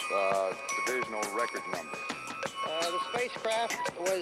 divisional record number. The spacecraft was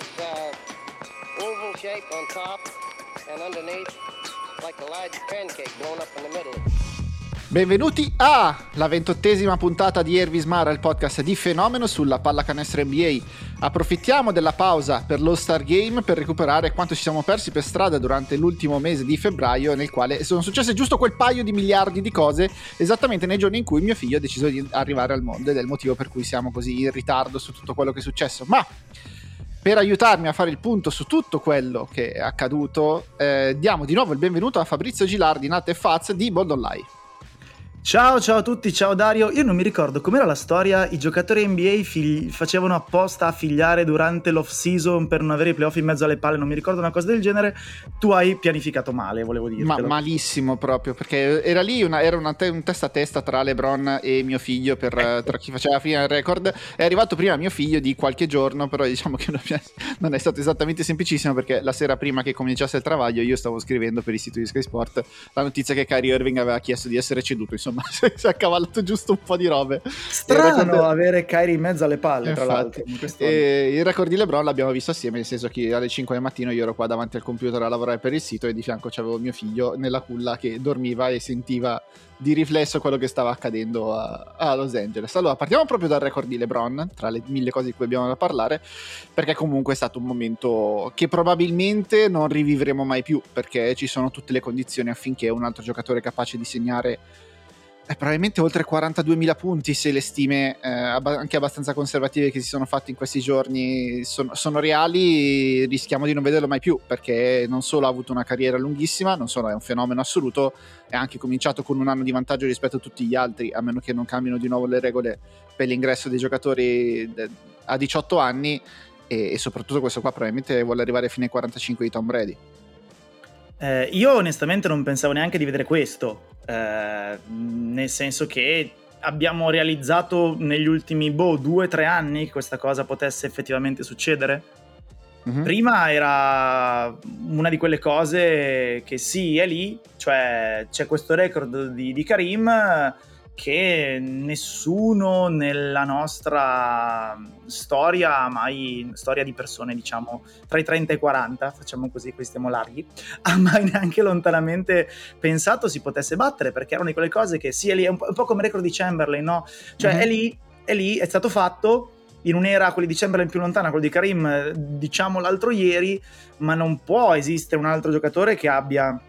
oval shaped on top and underneath like a large pancake blown up in the middle. Benvenuti alla 28ª puntata di Ervis Mara, il podcast di Fenomeno sulla pallacanestro NBA. Approfittiamo della pausa per l'All-Star Game per recuperare quanto ci siamo persi per strada durante l'ultimo mese di febbraio, nel quale sono successe giusto quel paio di miliardi di cose esattamente nei giorni in cui mio figlio ha deciso di arrivare al mondo, ed è il motivo per cui siamo così in ritardo su tutto quello che è successo. Ma per aiutarmi a fare il punto su tutto quello che è accaduto, diamo di nuovo il benvenuto a Fabrizio Gilardi, Nat e Faz di Bold Online. Ciao a tutti, ciao Dario. Io non mi ricordo com'era la storia, i giocatori NBA facevano apposta a figliare durante l'off season per non avere i playoff in mezzo alle palle, non mi ricordo una cosa del genere. Tu hai pianificato male, volevo dirtelo. Malissimo proprio, perché era lì era un testa a testa tra LeBron e mio figlio tra chi faceva la fine del record. È arrivato prima mio figlio di qualche giorno, però diciamo che non è stato esattamente semplicissimo, perché la sera prima che cominciasse il travaglio io stavo scrivendo per il sito di Sky Sport la notizia che Kyrie Irving aveva chiesto di essere ceduto, insomma si è accavallato giusto un po' di robe. Strano avere Kyrie in mezzo alle palle, tra l'altro. E il record di LeBron l'abbiamo visto assieme, nel senso che alle 5 del mattino io ero qua davanti al computer a lavorare per il sito e di fianco c'avevo mio figlio nella culla che dormiva e sentiva di riflesso quello che stava accadendo a Los Angeles. Allora partiamo proprio dal record di LeBron, tra le mille cose di cui abbiamo da parlare, perché comunque è stato un momento che probabilmente non rivivremo mai più, perché ci sono tutte le condizioni affinché un altro giocatore capace di segnare probabilmente oltre 42.000 punti, se le stime anche abbastanza conservative che si sono fatte in questi giorni sono reali, rischiamo di non vederlo mai più, perché non solo ha avuto una carriera lunghissima, non solo è un fenomeno assoluto, è anche cominciato con un anno di vantaggio rispetto a tutti gli altri, a meno che non cambino di nuovo le regole per l'ingresso dei giocatori a 18 anni, e soprattutto questo qua probabilmente vuole arrivare fino ai 45 di Tom Brady. Io onestamente non pensavo neanche di vedere questo, nel senso che abbiamo realizzato negli ultimi 2-3 anni che questa cosa potesse effettivamente succedere. Mm-hmm. Prima era una di quelle cose che sì, è lì, cioè c'è questo record di Karim che nessuno nella nostra storia, mai storia di persone diciamo tra i 30 e i 40, facciamo così, qui stiamo larghi, ha mai neanche lontanamente pensato si potesse battere, perché era una di quelle cose che sì, è lì, è un po' come il record di Chamberlain, no? Cioè è lì, è stato fatto in un'era, quelli di Chamberlain più lontana, quello di Karim diciamo l'altro ieri, ma non può esistere un altro giocatore che abbia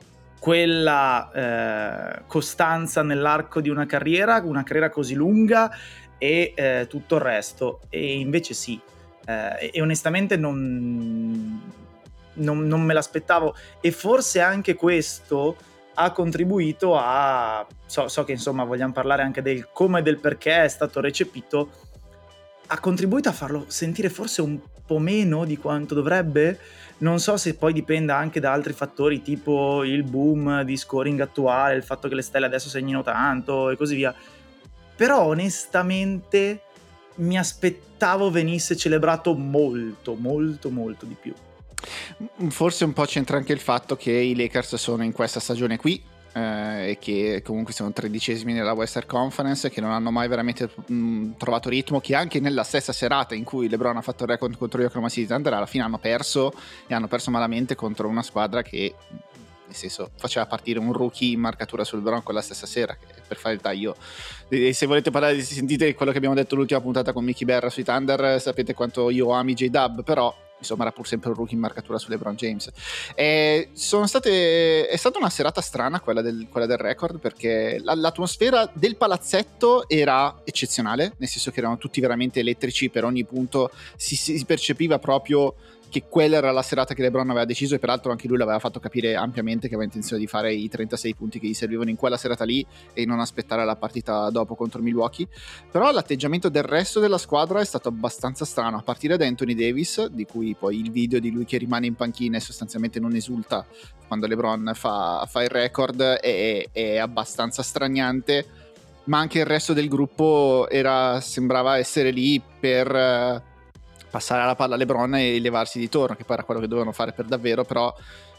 quella costanza nell'arco di una carriera così lunga e tutto il resto, e invece sì, e onestamente non me l'aspettavo, e forse anche questo ha contribuito a so che insomma vogliamo parlare anche del come e del perché è stato recepito, ha contribuito a farlo sentire forse un po' meno di quanto dovrebbe. Non so se poi dipenda anche da altri fattori, tipo il boom di scoring attuale, il fatto che le stelle adesso segnino tanto e così via, però onestamente mi aspettavo venisse celebrato molto di più. Forse un po' c'entra anche il fatto che i Lakers sono in questa stagione qui, e che comunque sono 13esimi nella Western Conference, che non hanno mai veramente trovato ritmo, che anche nella stessa serata in cui LeBron ha fatto il record contro gli Oklahoma City Thunder alla fine hanno perso malamente contro una squadra che, nel senso, faceva partire un rookie in marcatura sul LeBron quella stessa sera, che per fare il taglio, se volete parlare, sentite quello che abbiamo detto l'ultima puntata con Mickey Berra sui Thunder, sapete quanto io ami J-Dub, però insomma era pur sempre un rookie in marcatura su LeBron James. È stata una serata strana quella del record, perché l'atmosfera del palazzetto era eccezionale, nel senso che erano tutti veramente elettrici, per ogni punto si percepiva proprio che quella era la serata che LeBron aveva deciso, e peraltro anche lui l'aveva fatto capire ampiamente che aveva intenzione di fare i 36 punti che gli servivano in quella serata lì e non aspettare la partita dopo contro Milwaukee. Però l'atteggiamento del resto della squadra è stato abbastanza strano, a partire da Anthony Davis, di cui poi il video di lui che rimane in panchina e sostanzialmente non esulta quando LeBron fa il record è abbastanza straniante, ma anche il resto del gruppo sembrava essere lì per passare la palla a LeBron e levarsi di torno, che poi era quello che dovevano fare per davvero, però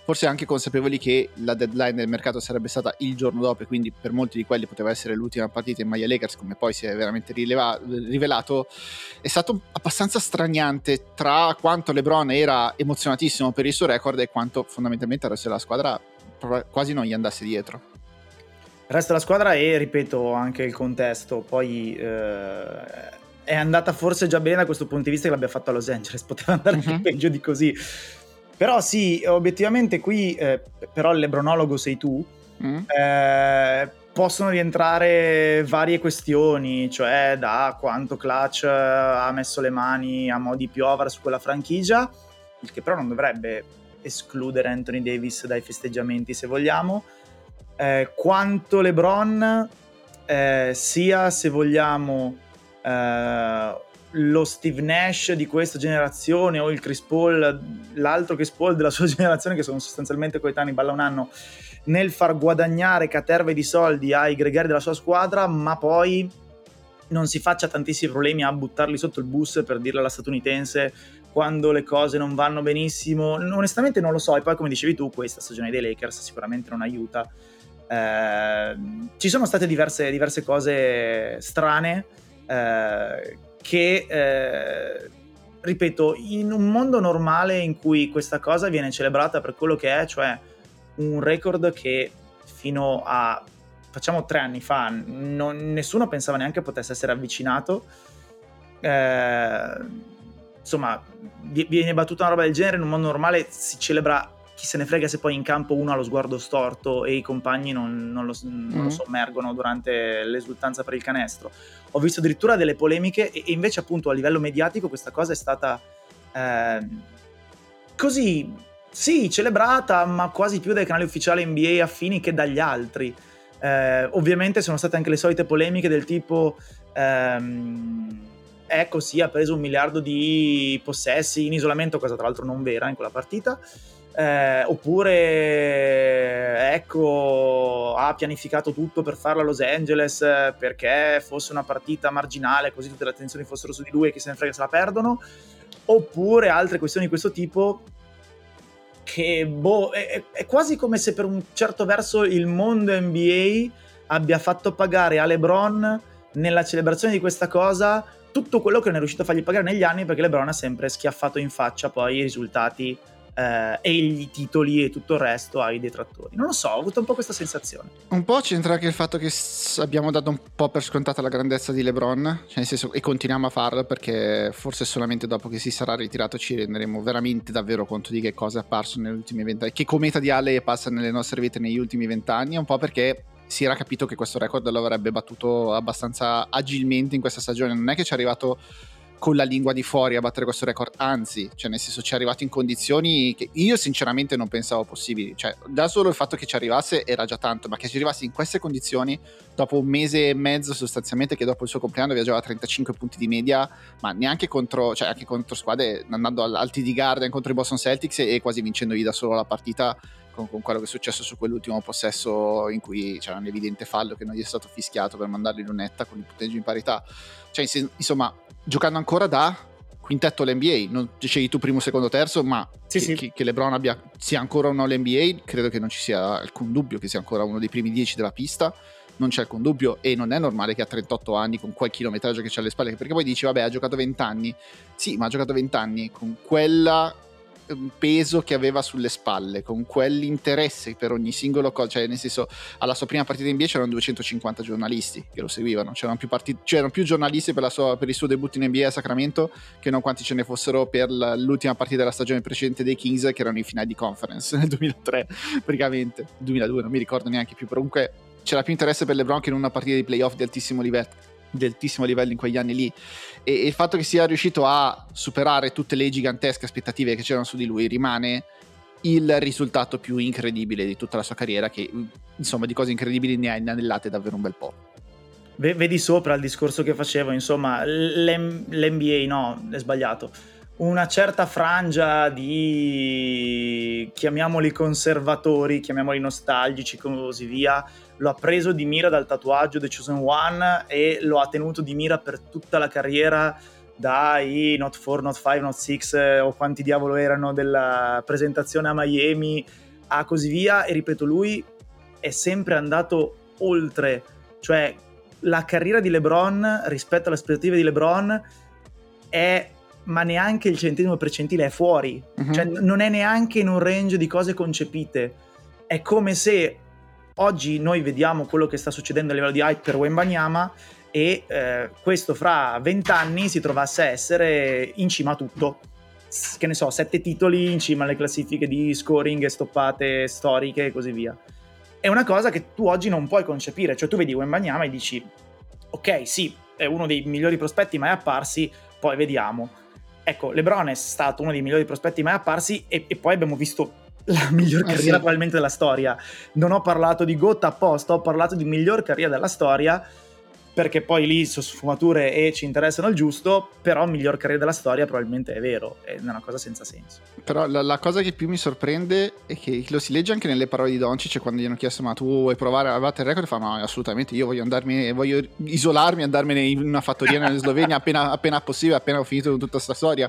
forse anche consapevoli che la deadline del mercato sarebbe stata il giorno dopo, e quindi per molti di quelli poteva essere l'ultima partita in maglia Lakers, come poi si è veramente rivelato. È stato abbastanza straniante tra quanto LeBron era emozionatissimo per il suo record e quanto fondamentalmente il resto della squadra quasi non gli andasse dietro. Il resto della squadra e, ripeto, anche il contesto poi è andata forse già bene da questo punto di vista che l'abbia fatto a Los Angeles, poteva andare anche peggio di così, però sì, obiettivamente qui però il lebronologo sei tu. Possono rientrare varie questioni, cioè da quanto Clutch ha messo le mani a mo' di piovere su quella franchigia, il che però non dovrebbe escludere Anthony Davis dai festeggiamenti, se vogliamo, quanto LeBron sia, se vogliamo, lo Steve Nash di questa generazione o il Chris Paul, l'altro Chris Paul della sua generazione, che sono sostanzialmente coetanei, balla un anno, nel far guadagnare caterve di soldi ai gregari della sua squadra, ma poi non si faccia tantissimi problemi a buttarli sotto il bus, per dirla alla statunitense, quando le cose non vanno benissimo. Onestamente non lo so, e poi come dicevi tu, questa stagione dei Lakers sicuramente non aiuta. Ci sono state diverse cose strane che ripeto, in un mondo normale in cui questa cosa viene celebrata per quello che è, cioè un record che fino a, facciamo 3 anni fa, nessuno pensava neanche potesse essere avvicinato, insomma viene battuta una roba del genere. In un mondo normale si celebra, chi se ne frega se poi in campo uno ha lo sguardo storto e i compagni non lo sommergono durante l'esultanza per il canestro. Ho visto addirittura delle polemiche e invece appunto a livello mediatico questa cosa è stata così, sì, celebrata, ma quasi più dai canali ufficiali NBA affini che dagli altri. Ovviamente sono state anche le solite polemiche del tipo ecco sì, ha preso 1 miliardo di possessi in isolamento, cosa tra l'altro non vera in quella partita, oppure ecco ha pianificato tutto per farla a Los Angeles perché fosse una partita marginale, così tutte le attenzioni fossero su di lui e chi se ne frega se la perdono, oppure altre questioni di questo tipo che è quasi come se per un certo verso il mondo NBA abbia fatto pagare a LeBron nella celebrazione di questa cosa tutto quello che non è riuscito a fargli pagare negli anni, perché LeBron ha sempre schiaffato in faccia poi i risultati e i titoli e tutto il resto ai detrattori. Non lo so, ho avuto un po' questa sensazione. Un po' c'entra anche il fatto che abbiamo dato un po' per scontata la grandezza di LeBron, cioè nel senso, e continuiamo a farlo, perché forse solamente dopo che si sarà ritirato ci renderemo veramente davvero conto di che cosa è apparso negli ultimi 20 anni, che cometa di Halley passa nelle nostre vite negli ultimi 20 anni, un po' perché si era capito che questo record lo avrebbe battuto abbastanza agilmente in questa stagione. Non è che ci è arrivato con la lingua di fuori a battere questo record, anzi, cioè nel senso ci è arrivato in condizioni che io sinceramente non pensavo possibili, cioè già solo il fatto che ci arrivasse era già tanto, ma che ci arrivasse in queste condizioni dopo 1 mese e mezzo sostanzialmente, che dopo il suo compleanno viaggiava a 35 punti di media, ma neanche contro, cioè anche contro squadre, andando al TD Garden contro i Boston Celtics e quasi vincendogli da solo la partita, con quello che è successo su quell'ultimo possesso in cui c'era un evidente fallo che non gli è stato fischiato per mandarli in lunetta con il punteggio in parità. Cioè insomma, giocando ancora da quintetto all'NBA, non dicevi tu primo, secondo, terzo, ma sì. Che LeBron sia ancora uno all'NBA, credo che non ci sia alcun dubbio che sia ancora uno dei primi 10 della pista, non c'è alcun dubbio, e non è normale che a 38 anni, con quel chilometraggio che c'ha alle spalle, perché poi dici vabbè ha giocato 20 anni, sì, ma ha giocato 20 anni con quella peso che aveva sulle spalle, con quell'interesse per ogni singolo cosa, cioè nel senso, alla sua prima partita in NBA c'erano 250 giornalisti che lo seguivano, c'erano più giornalisti per il suo debutto in NBA a Sacramento che non quanti ce ne fossero per l'ultima partita della stagione precedente dei Kings, che erano in finale di conference nel 2003 praticamente, 2002 non mi ricordo neanche più, però comunque c'era più interesse per LeBron che in una partita di playoff di altissimo livello in quegli anni lì, e il fatto che sia riuscito a superare tutte le gigantesche aspettative che c'erano su di lui rimane il risultato più incredibile di tutta la sua carriera, che insomma di cose incredibili ne ha inanellate davvero un bel po'. Vedi sopra il discorso che facevo, insomma l'NBA no, è sbagliato, una certa frangia di, chiamiamoli conservatori, chiamiamoli nostalgici, così via, lo ha preso di mira dal tatuaggio The Chosen One e lo ha tenuto di mira per tutta la carriera, dai not 4, not 5, not 6 o quanti diavolo erano della presentazione a Miami a così via, e ripeto, lui è sempre andato oltre, cioè la carriera di LeBron rispetto alle aspettative di LeBron ma neanche il centesimo percentile è fuori, cioè non è neanche in un range di cose concepite. È come se oggi noi vediamo quello che sta succedendo a livello di hype per Wembanyama e questo fra 20 anni si trovasse a essere in cima a tutto, che ne so, 7 titoli in cima alle classifiche di scoring e stoppate storiche e così via. È una cosa che tu oggi non puoi concepire, cioè tu vedi Wembanyama e dici ok, sì, è uno dei migliori prospetti mai apparsi, poi vediamo. Ecco, LeBron è stato uno dei migliori prospetti mai apparsi e poi abbiamo visto la miglior carriera probabilmente della storia. Non ho parlato di GOAT apposta, ho parlato di miglior carriera della storia, perché poi lì sono sfumature e ci interessano il giusto, però miglior carriera della storia probabilmente è vero, è una cosa senza senso. Però la cosa che più mi sorprende è che lo si legge anche nelle parole di Doncic, quando gli hanno chiesto ma tu vuoi provare a battere il record, fa no, assolutamente, io voglio isolarmi, andarmene in una fattoria nella Slovenia appena possibile, appena ho finito tutta questa storia.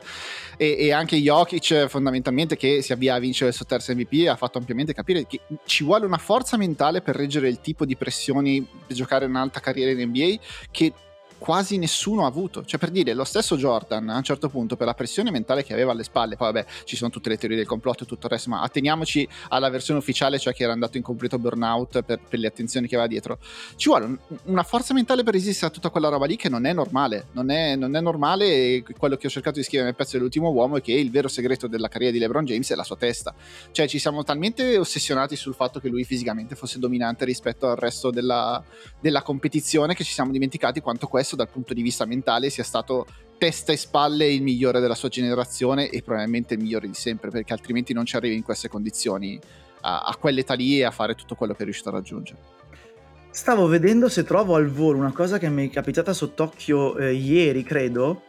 E anche Jokic fondamentalmente, che si avvia a vincere il suo terzo MVP, ha fatto ampiamente capire che ci vuole una forza mentale per reggere il tipo di pressioni per giocare un'alta carriera in NBA che quasi nessuno ha avuto. Cioè, per dire, lo stesso Jordan a un certo punto, per la pressione mentale che aveva alle spalle, poi vabbè, ci sono tutte le teorie del complotto e tutto il resto, ma atteniamoci alla versione ufficiale, cioè che era andato in completo burnout per le attenzioni che aveva dietro. Ci vuole una forza mentale per resistere a tutta quella roba lì, che non è normale, non è normale. E quello che ho cercato di scrivere nel pezzo dell'ultimo uomo è che il vero segreto della carriera di LeBron James è la sua testa. Cioè, ci siamo talmente ossessionati sul fatto che lui fisicamente fosse dominante rispetto al resto della competizione, che ci siamo dimenticati quanto questo dal punto di vista mentale sia stato testa e spalle il migliore della sua generazione e probabilmente il migliore di sempre, perché altrimenti non ci arrivi in queste condizioni a quell'età lì e a fare tutto quello che è riuscito a raggiungere. Stavo vedendo se trovo al volo una cosa che mi è capitata sott'occhio ieri, credo,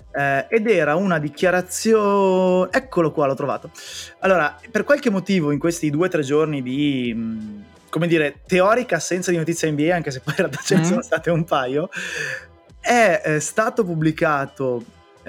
ed era una dichiarazione. Eccolo qua, l'ho trovato. Allora, per qualche motivo in questi 2 o 3 giorni di come dire, teorica assenza di notizie NBA, anche se poi in realtà ce ne sono state un paio, è stato pubblicato,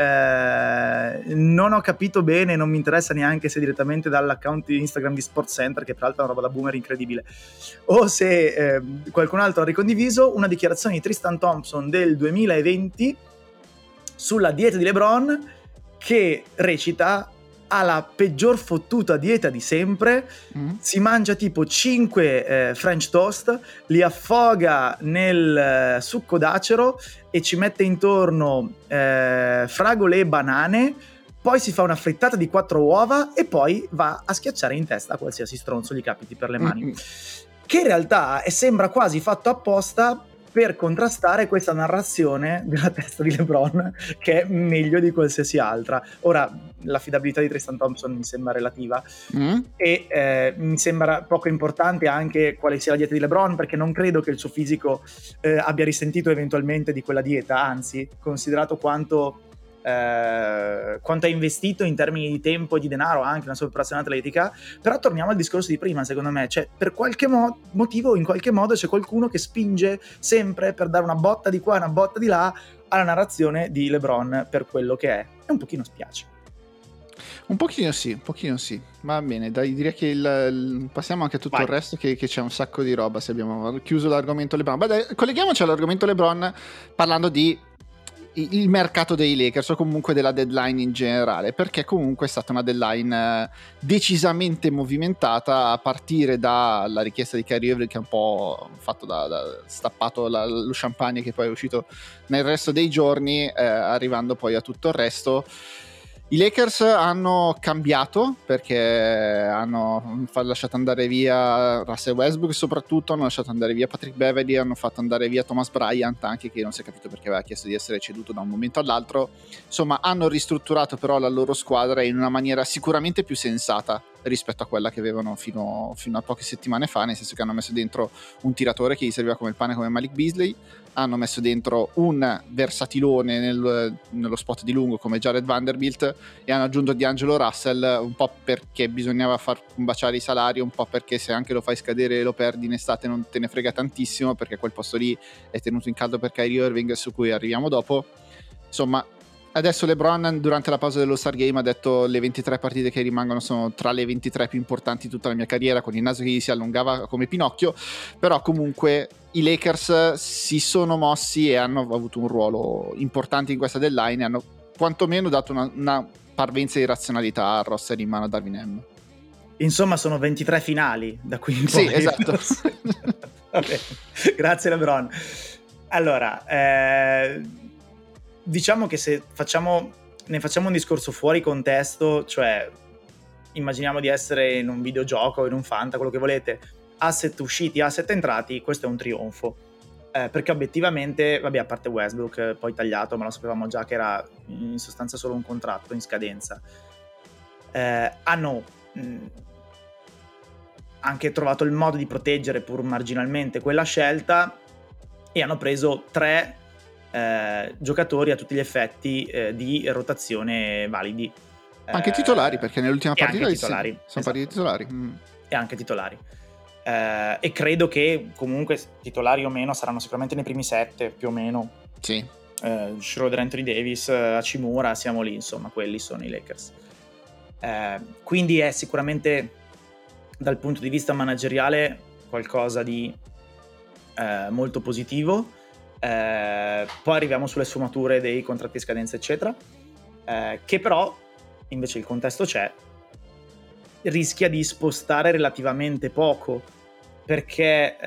non ho capito bene, non mi interessa neanche se direttamente dall'account di Instagram di SportsCenter, che peraltro è una roba da boomer incredibile, o se qualcun altro ha ricondiviso una dichiarazione di Tristan Thompson del 2020 sulla dieta di LeBron, che recita: ha la peggior fottuta dieta di sempre, si mangia tipo 5 French toast, li affoga nel succo d'acero e ci mette intorno fragole e banane, poi si fa una frittata di 4 uova e poi va a schiacciare in testa a qualsiasi stronzo gli capiti per le mani. Che in realtà sembra quasi fatto apposta per contrastare questa narrazione della testa di LeBron, che è meglio di qualsiasi altra. Ora, l'affidabilità di Tristan Thompson mi sembra relativa e mi sembra poco importante anche quale sia la dieta di LeBron, perché non credo che il suo fisico abbia risentito eventualmente di quella dieta, anzi, considerato quanto ha investito in termini di tempo e di denaro anche nella sua preparazione atletica. Però torniamo al discorso di prima, secondo me, cioè per qualche motivo, in qualche modo c'è qualcuno che spinge sempre per dare una botta di qua, una botta di là alla narrazione di LeBron per quello che è, e un pochino spiace. Un pochino sì, va bene, dai, direi che passiamo anche a tutto il resto, che c'è un sacco di roba se abbiamo chiuso l'argomento LeBron. Beh, dai, colleghiamoci all'argomento LeBron parlando di il mercato dei Lakers, o comunque della deadline in generale, perché comunque è stata una deadline decisamente movimentata, a partire dalla richiesta di Kyrie Irving, che è un po' fatto stappato lo champagne che poi è uscito nel resto dei giorni, arrivando poi a tutto il resto. I Lakers hanno cambiato, perché hanno lasciato andare via Russell Westbrook, soprattutto hanno lasciato andare via Patrick Beverley, hanno fatto andare via Thomas Bryant, anche, che non si è capito perché aveva chiesto di essere ceduto da un momento all'altro. Insomma, hanno ristrutturato però la loro squadra in una maniera sicuramente più sensata rispetto a quella che avevano fino a poche settimane fa, nel senso che hanno messo dentro un tiratore che gli serviva come il pane, come Malik Beasley, hanno messo dentro un versatilone nello spot di lungo come Jared Vanderbilt, e hanno aggiunto D'Angelo Russell, un po' perché bisognava far combaciare i salari, un po' perché se anche lo fai scadere e lo perdi in estate non te ne frega tantissimo, perché quel posto lì è tenuto in caldo per Kyrie Irving, su cui arriviamo dopo. Insomma, adesso LeBron durante la pausa dello Star Game ha detto le 23 partite che rimangono sono tra le 23 più importanti di tutta la mia carriera, con il naso che gli si allungava come Pinocchio, però comunque i Lakers si sono mossi e hanno avuto un ruolo importante in questa deadline e hanno quantomeno dato una parvenza di razionalità al roster in mano a Darvin Ham. Insomma sono 23 finali da qui in poi. Sì, esatto. Vabbè. Grazie LeBron. Allora, diciamo che se ne facciamo un discorso fuori contesto, cioè immaginiamo di essere in un videogioco, in un Fanta, quello che volete, asset usciti, asset entrati, questo è un trionfo. Perché obiettivamente, vabbè, a parte Westbrook, poi tagliato, ma lo sapevamo già che era in sostanza solo un contratto in scadenza. Hanno anche trovato il modo di proteggere pur marginalmente quella scelta e hanno preso 3 giocatori a tutti gli effetti di rotazione validi. Anche titolari, perché nell'ultima partita anche titolari, sono esatto. partiti titolari. E anche titolari. E credo che comunque titolari o meno saranno sicuramente nei primi 7 più o meno. Sì. Schroeder, Anthony Davis, Hachimura, siamo lì, insomma, quelli sono i Lakers. Quindi è sicuramente dal punto di vista manageriale qualcosa di molto positivo. Poi arriviamo sulle sfumature dei contratti di scadenza eccetera, che però invece il contesto c'è, rischia di spostare relativamente poco, perché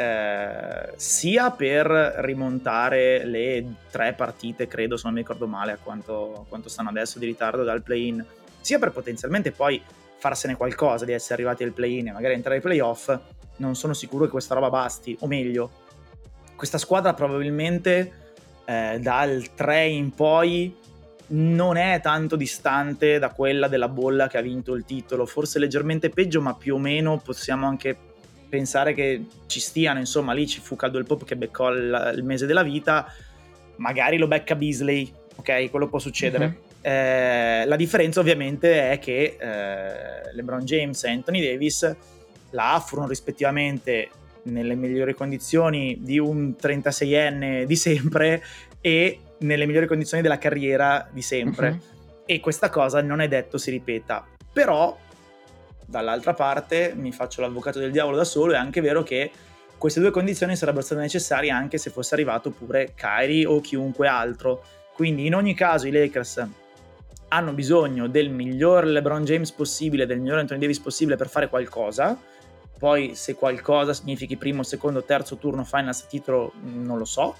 sia per rimontare le 3 partite, credo, se non mi ricordo male, a quanto stanno adesso di ritardo dal play-in, sia per potenzialmente poi farsene qualcosa di essere arrivati al play-in e magari entrare ai playoff. Non sono sicuro che questa roba basti, o meglio, questa squadra probabilmente dal 3 in poi non è tanto distante da quella della bolla che ha vinto il titolo, forse leggermente peggio, ma più o meno possiamo anche pensare che ci stiano, insomma. Lì ci fu Caldwell Pope che beccò il mese della vita, magari lo becca Beasley, ok, quello può succedere. La differenza ovviamente è che LeBron James e Anthony Davis là furono rispettivamente nelle migliori condizioni di un 36enne di sempre e nelle migliori condizioni della carriera di sempre. E questa cosa non è detto si ripeta, però dall'altra parte mi faccio l'avvocato del diavolo da solo, è anche vero che queste 2 condizioni sarebbero state necessarie anche se fosse arrivato pure Kyrie o chiunque altro. Quindi in ogni caso i Lakers hanno bisogno del miglior LeBron James possibile, del miglior Anthony Davis possibile per fare qualcosa. Poi se qualcosa significhi primo, secondo, terzo turno, finals, titolo, non lo so.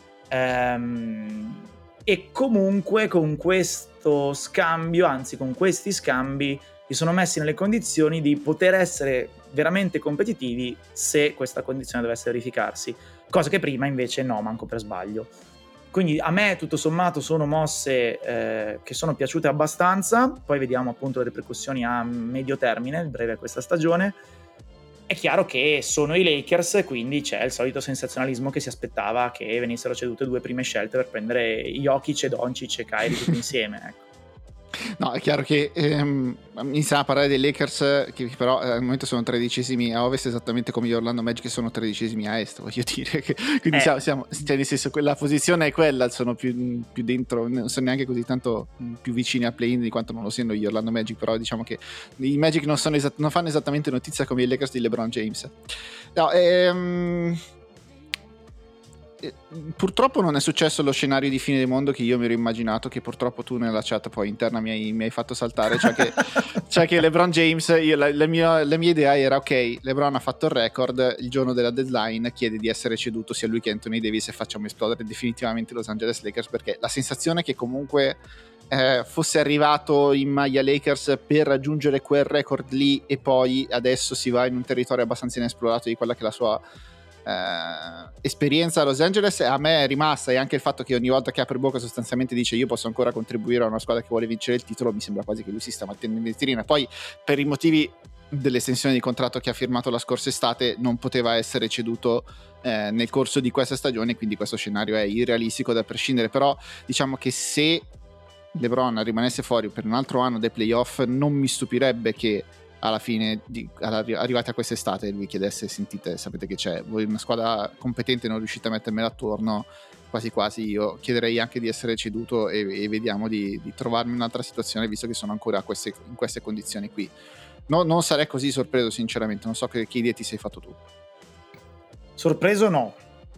E comunque con questo scambio, anzi con questi scambi, si sono messi nelle condizioni di poter essere veramente competitivi se questa condizione dovesse verificarsi, cosa che prima invece no, manco per sbaglio. Quindi a me tutto sommato sono mosse che sono piaciute abbastanza. Poi vediamo appunto le ripercussioni a medio termine, breve questa stagione. È chiaro che sono i Lakers, quindi c'è il solito sensazionalismo che si aspettava che venissero cedute 2 prime scelte per prendere Jokic e Doncic e Kyrie tutti insieme, ecco. No, è chiaro che iniziamo a parlare dei Lakers che però al momento sono 13esimi a ovest, esattamente come gli Orlando Magic che sono 13esimi a est, voglio dire che, quindi siamo cioè, nel senso, la posizione è quella, sono più dentro, non sono neanche così tanto più vicini a play-in di quanto non lo siano gli Orlando Magic, però diciamo che i Magic non fanno esattamente notizia come i Lakers di LeBron James. No, purtroppo non è successo lo scenario di fine del mondo che io mi ero immaginato, che purtroppo tu nella chat poi interna mi hai fatto saltare, cioè che LeBron James, la mia idea era ok, LeBron ha fatto il record, il giorno della deadline chiede di essere ceduto sia lui che Anthony Davis e facciamo esplodere definitivamente Los Angeles Lakers, perché la sensazione è che comunque fosse arrivato in maglia Lakers per raggiungere quel record lì e poi adesso si va in un territorio abbastanza inesplorato di quella che è la sua esperienza a Los Angeles. A me è rimasta, e anche il fatto che ogni volta che apre bocca sostanzialmente dice io posso ancora contribuire a una squadra che vuole vincere il titolo, mi sembra quasi che lui si sta mettendo in vetrina. Poi per i motivi dell'estensione di contratto che ha firmato la scorsa estate non poteva essere ceduto nel corso di questa stagione, quindi questo scenario è irrealistico da prescindere. Però diciamo che se LeBron rimanesse fuori per un altro anno dei playoff non mi stupirebbe che alla fine arrivati a quest'estate lui chiedesse: sentite, sapete che c'è, voi una squadra competente non riuscite a mettermela attorno, quasi quasi io chiederei anche di essere ceduto e vediamo di trovarmi un'altra situazione, visto che sono ancora in queste condizioni qui. No, non sarei così sorpreso sinceramente, non so che idea ti sei fatto tu. Sorpreso no,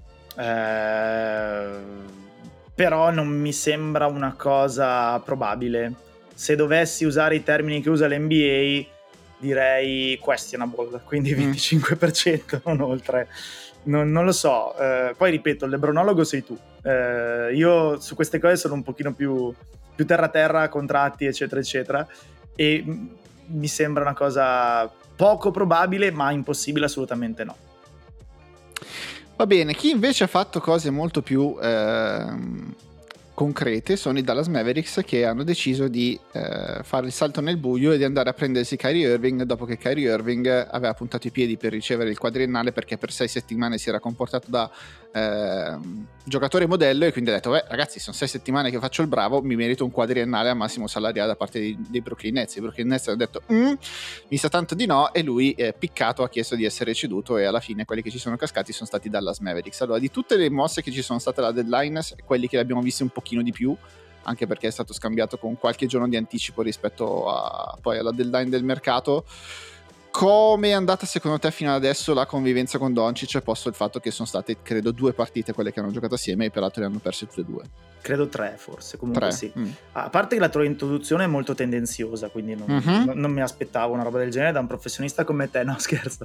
però non mi sembra una cosa probabile. Se dovessi usare i termini che usa l'NBA direi questionable, quindi 25%, non oltre. Non lo so, poi ripeto, il lebronologo sei tu, io su queste cose sono un pochino più terra contratti eccetera eccetera, e mi sembra una cosa poco probabile ma impossibile assolutamente no. Va bene, chi invece ha fatto cose molto più concrete sono i Dallas Mavericks, che hanno deciso di fare il salto nel buio e di andare a prendersi Kyrie Irving dopo che Kyrie Irving aveva puntato i piedi per ricevere il quadriennale, perché per 6 settimane si era comportato da giocatore modello, e quindi ha detto ragazzi, sono 6 settimane che faccio il bravo, mi merito un quadriennale a massimo salariale da parte dei Brooklyn Nets. I Brooklyn Nets hanno detto mi sa tanto di no, e lui piccato ha chiesto di essere ceduto, e alla fine quelli che ci sono cascati sono stati Dallas Mavericks. Allora, di tutte le mosse che ci sono state alla deadline, quelli che abbiamo visto un pochino di più, anche perché è stato scambiato con qualche giorno di anticipo rispetto poi alla deadline del mercato, come è andata secondo te fino ad adesso la convivenza con Doncic, posto il fatto che sono state credo 2 partite quelle che hanno giocato assieme, e peraltro le hanno perse tutte e 2? Credo 3 forse, comunque 3. sì. A parte che la tua introduzione è molto tendenziosa, quindi non mi aspettavo una roba del genere da un professionista come te, no scherzo.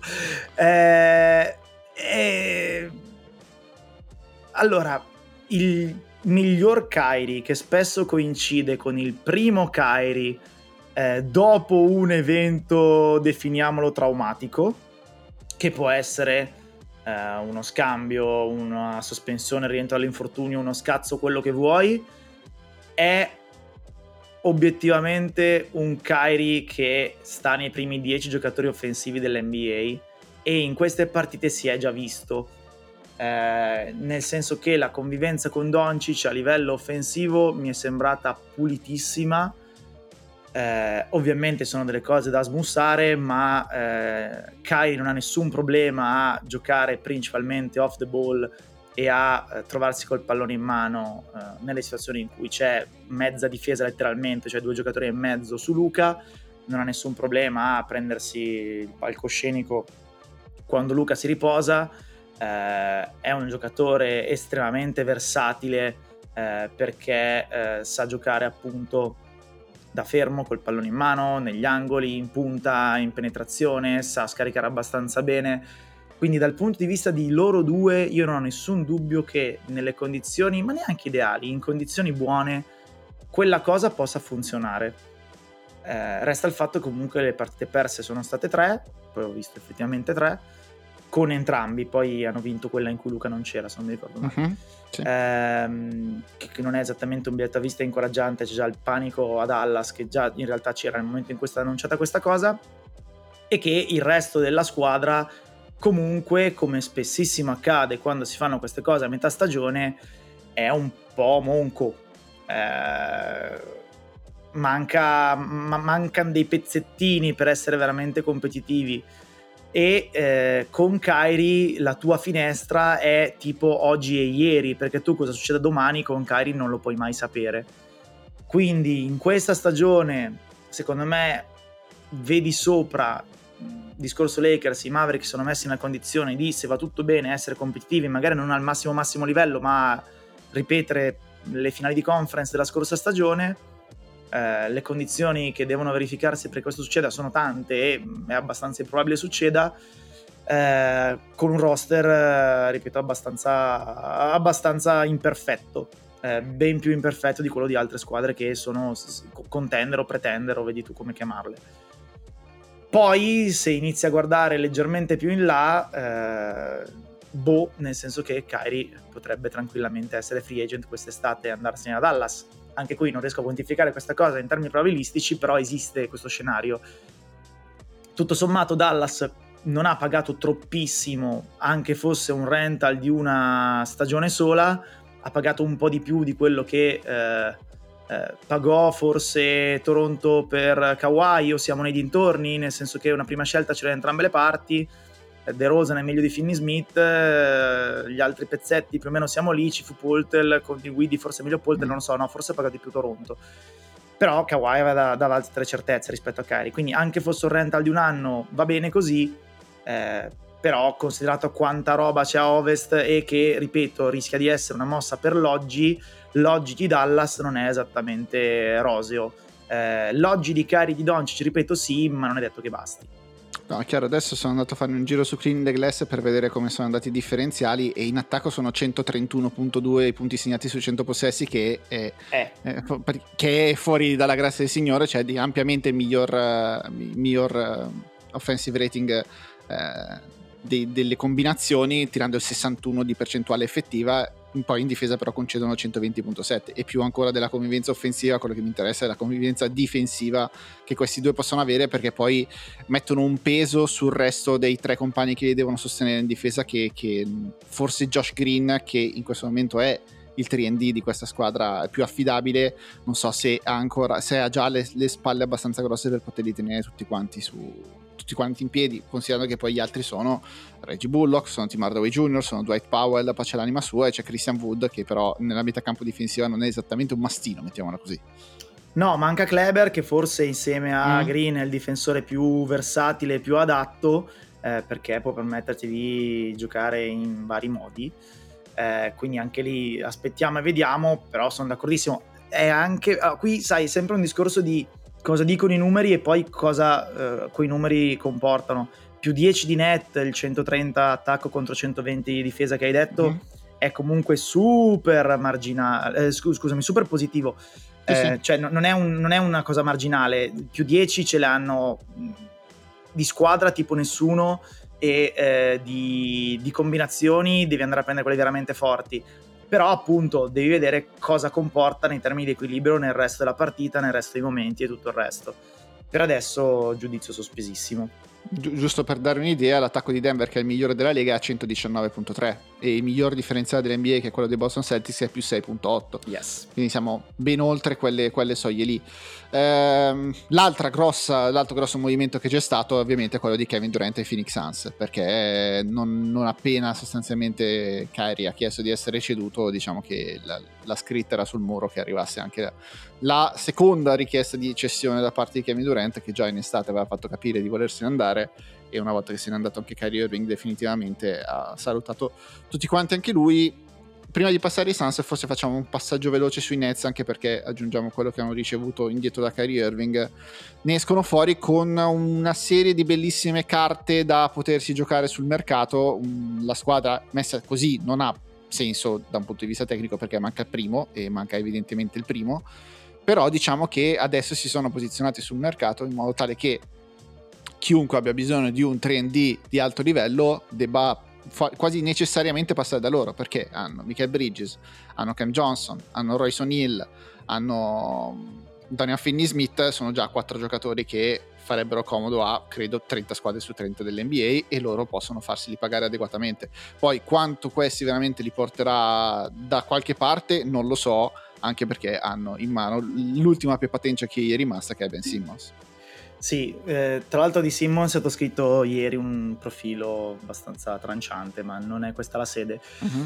Allora, il miglior Kyrie, che spesso coincide con il primo Kyrie dopo un evento, definiamolo traumatico, che può essere uno scambio, una sospensione, rientro all'infortunio, uno scazzo, quello che vuoi, è obiettivamente un Kyrie che sta nei primi 10 giocatori offensivi dell'NBA, e in queste partite si è già visto, nel senso che la convivenza con Doncic a livello offensivo mi è sembrata pulitissima. Ovviamente sono delle cose da smussare, ma Kyrie non ha nessun problema a giocare principalmente off the ball e a trovarsi col pallone in mano nelle situazioni in cui c'è mezza difesa letteralmente, cioè 2 giocatori e mezzo su Luka. Non ha nessun problema a prendersi il palcoscenico quando Luka si riposa. È un giocatore estremamente versatile, perché sa giocare appunto da fermo col pallone in mano, negli angoli, in punta, in penetrazione, sa scaricare abbastanza bene. Quindi dal punto di vista di loro due io non ho nessun dubbio che nelle condizioni, ma neanche ideali, in condizioni buone, quella cosa possa funzionare. Resta il fatto che comunque le partite perse sono state 3, poi ho visto effettivamente 3, con entrambi, poi hanno vinto quella in cui Luka non c'era, se non mi ricordo male. Sì. Che non è esattamente un biglietto a vista incoraggiante, c'è già il panico a Dallas, che già in realtà c'era nel momento in cui è stata annunciata questa cosa, e che il resto della squadra comunque, come spessissimo accade quando si fanno queste cose a metà stagione, è un po' monco. Mancano dei pezzettini per essere veramente competitivi, e con Kyrie la tua finestra è tipo oggi e ieri, perché tu cosa succede domani con Kyrie non lo puoi mai sapere. Quindi in questa stagione secondo me vedi sopra discorso Lakers, i Mavericks sono messi nella condizione di, se va tutto bene, essere competitivi, magari non al massimo livello, ma ripetere le finali di conference della scorsa stagione. Le condizioni che devono verificarsi perché questo succeda sono tante, e è abbastanza improbabile succeda, con un roster ripeto abbastanza imperfetto, ben più imperfetto di quello di altre squadre che sono contender o pretender, o vedi tu come chiamarle. Poi se inizi a guardare leggermente più in là, nel senso che Kyrie potrebbe tranquillamente essere free agent quest'estate e andarsene a Dallas. Anche qui non riesco a quantificare questa cosa in termini probabilistici, però esiste questo scenario. Tutto sommato Dallas non ha pagato troppissimo, anche fosse un rental di una stagione sola, ha pagato un po' di più di quello che pagò forse Toronto per Kawhi, o siamo nei dintorni, nel senso che una prima scelta ce l'ha entrambe le parti. DeRozan è meglio di Finney Smith, gli altri pezzetti più o meno siamo lì, ci fu Poeltl, con Dinwiddie forse meglio Poeltl, non lo so, no, forse ha pagato di più Toronto, però Kawhi dava altre certezze rispetto a Kyrie, quindi anche fosse un rental di un anno va bene così, però considerato quanta roba c'è a Ovest e che, ripeto, rischia di essere una mossa per l'oggi di Dallas non è esattamente roseo. L'oggi di Kyrie di Doncic, ripeto, sì, ma non è detto che basti. No, chiaro, adesso sono andato a fare un giro su Clean the Glass per vedere come sono andati i differenziali e in attacco sono 131.2 i punti segnati su 100 possessi, che è fuori dalla grazia del Signore, cioè di ampiamente miglior offensive rating delle combinazioni, tirando il 61 di percentuale effettiva. Poi in difesa però concedono 120.7, e più ancora della convivenza offensiva quello che mi interessa è la convivenza difensiva che questi due possono avere, perché poi mettono un peso sul resto dei tre compagni che li devono sostenere in difesa, che forse Josh Green, che in questo momento è il 3&D di questa squadra, è più affidabile. Non so se ha già le spalle abbastanza grosse per poterli tenere tutti quanti in piedi, considerando che poi gli altri sono Reggie Bullock, sono Tim Hardaway Jr., sono Dwight Powell, pace l'anima sua, e c'è Christian Wood, che però nella metà campo difensiva non è esattamente un mastino, mettiamola così. No, manca Kleber, che forse insieme a Green è il difensore più versatile, più adatto, perché può permetterti di giocare in vari modi, quindi anche lì aspettiamo e vediamo, però sono d'accordissimo. È anche qui, sai, sempre un discorso di cosa dicono i numeri e poi cosa quei numeri comportano. Più 10 di net, il 130 attacco contro 120 di difesa che hai detto, è comunque super marginale, scusami, super positivo. Sì. Cioè non è una cosa marginale, più 10 ce l'hanno di squadra tipo nessuno, e di combinazioni devi andare a prendere quelle veramente forti, però appunto devi vedere cosa comportano in termini di equilibrio nel resto della partita, nel resto dei momenti e tutto il resto. Per adesso giudizio sospesissimo. Giusto per dare un'idea, l'attacco di Denver, che è il migliore della Lega, è a 119.3, e il miglior differenziale dell'NBA, che è quello dei Boston Celtics, è più 6.8. Yes. Quindi siamo ben oltre quelle soglie lì. L'altro grosso movimento che c'è stato ovviamente è quello di Kevin Durant ai Phoenix Suns, perché non appena sostanzialmente Kyrie ha chiesto di essere ceduto, diciamo che la scritta era sul muro che arrivasse anche la seconda richiesta di cessione da parte di Kevin Durant, che già in estate aveva fatto capire di volersene andare, e una volta che se n'è andato anche Kyrie Irving definitivamente ha salutato tutti quanti anche lui. Prima di passare ai Suns forse facciamo un passaggio veloce sui Nets, anche perché aggiungiamo quello che hanno ricevuto indietro da Kyrie Irving. Ne escono fuori con una serie di bellissime carte da potersi giocare sul mercato. La squadra messa così non ha senso da un punto di vista tecnico, perché manca il primo, e manca evidentemente il primo, però diciamo che adesso si sono posizionati sul mercato in modo tale che chiunque abbia bisogno di un 3&D di alto livello debba quasi necessariamente passare da loro, perché hanno Michael Bridges, hanno Cam Johnson, hanno Royce O'Neal, hanno Dorian Finney-Smith. Sono già 4 giocatori che farebbero comodo a, credo, 30 squadre su 30 dell'NBA, e loro possono farseli pagare adeguatamente. Poi quanto questi veramente li porterà da qualche parte non lo so, anche perché hanno in mano l'ultima pepatencia che è rimasta, che è Ben Simmons. Sì, tra l'altro di Simmons è stato scritto ieri un profilo abbastanza tranciante, ma non è questa la sede.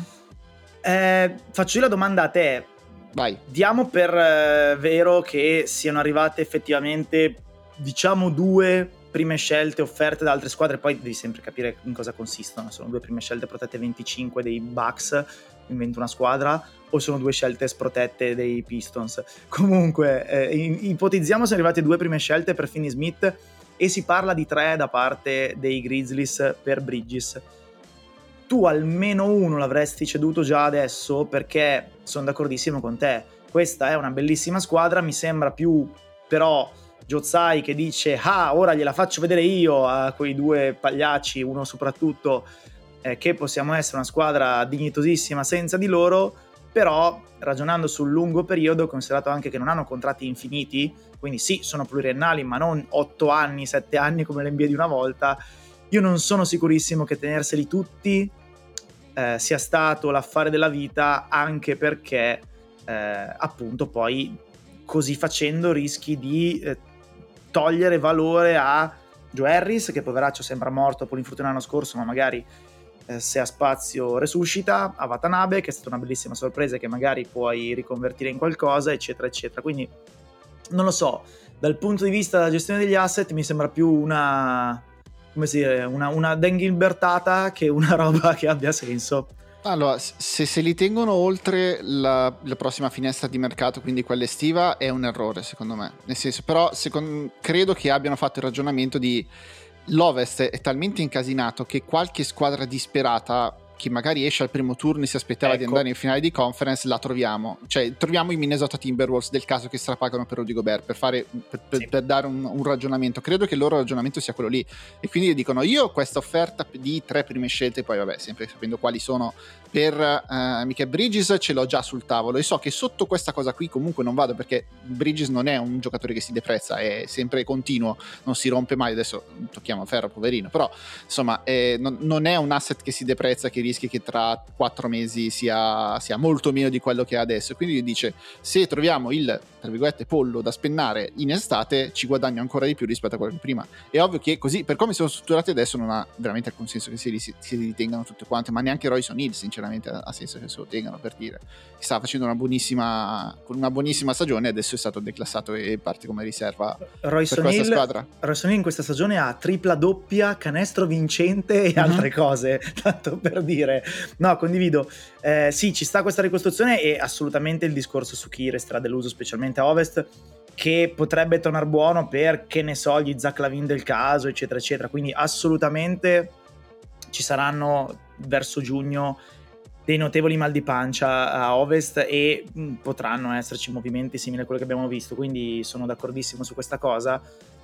Faccio io la domanda a te. Vai. Diamo per vero che siano arrivate effettivamente, diciamo, 2 prime scelte offerte da altre squadre, poi devi sempre capire in cosa consistono. Sono 2 prime scelte protette 25 dei Bucks, invento una squadra, o sono 2 scelte sprotette dei Pistons. Comunque ipotizziamo siano arrivate 2 prime scelte per Finney Smith e si parla di 3 da parte dei Grizzlies per Bridges. Tu almeno uno l'avresti ceduto già adesso, perché sono d'accordissimo con te, questa è una bellissima squadra. Mi sembra più però Joe Tsai che dice ora gliela faccio vedere io a quei 2 pagliacci, uno soprattutto, che possiamo essere una squadra dignitosissima senza di loro. Però ragionando sul lungo periodo, considerato anche che non hanno contratti infiniti, quindi sì, sono pluriennali, ma non 8 anni, 7 anni come l'NBA di una volta, io non sono sicurissimo che tenerseli tutti sia stato l'affare della vita, anche perché appunto poi così facendo rischi di togliere valore a Joe Harris, che poveraccio sembra morto dopo l'infortunio l'anno scorso, ma magari se ha spazio resuscita, a Watanabe, che è stata una bellissima sorpresa che magari puoi riconvertire in qualcosa, eccetera eccetera. Quindi non lo so, dal punto di vista della gestione degli asset mi sembra più una, come si dice, una Dan Gilbertata che una roba che abbia senso. Allora, se li tengono oltre la prossima finestra di mercato, quindi quella estiva, è un errore secondo me. Nel senso, però credo che abbiano fatto il ragionamento di l'Ovest è talmente incasinato che qualche squadra disperata che magari esce al primo turno e si aspettava di andare in finale di conference la troviamo. Cioè troviamo i Minnesota Timberwolves del caso che strapagano per Rudy Gobert per dare un ragionamento. Credo che il loro ragionamento sia quello lì, e quindi dicono io ho questa offerta di 3 prime scelte, poi vabbè sempre sapendo quali sono, per Michael Bridges ce l'ho già sul tavolo e so che sotto questa cosa qui comunque non vado, perché Bridges non è un giocatore che si deprezza, è sempre continuo, non si rompe mai. Adesso tocchiamo a ferro poverino, però insomma non è un asset che si deprezza, che rischi che tra 4 mesi sia molto meno di quello che ha adesso. Quindi dice se troviamo il tra virgolette pollo da spennare in estate ci guadagno ancora di più rispetto a quello di prima. È ovvio che così, per come sono strutturati adesso, non ha veramente alcun senso che si ritengano tutte quante, ma neanche Royce O'Neal sinceramente ha senso che se lo tengano, per dire che stava facendo una buonissima stagione, adesso è stato declassato e parte come riserva Royce per questa squadra. Royce O'Neal in questa stagione ha tripla doppia, canestro vincente e altre cose, tanto per dire. No, condivido. Sì, ci sta questa ricostruzione e assolutamente il discorso su chi resterà deluso, specialmente a Ovest, che potrebbe tornare buono per, che ne so, gli Zach LaVine del caso, eccetera eccetera. Quindi assolutamente ci saranno verso giugno dei notevoli mal di pancia a Ovest e potranno esserci movimenti simili a quello che abbiamo visto, quindi sono d'accordissimo su questa cosa.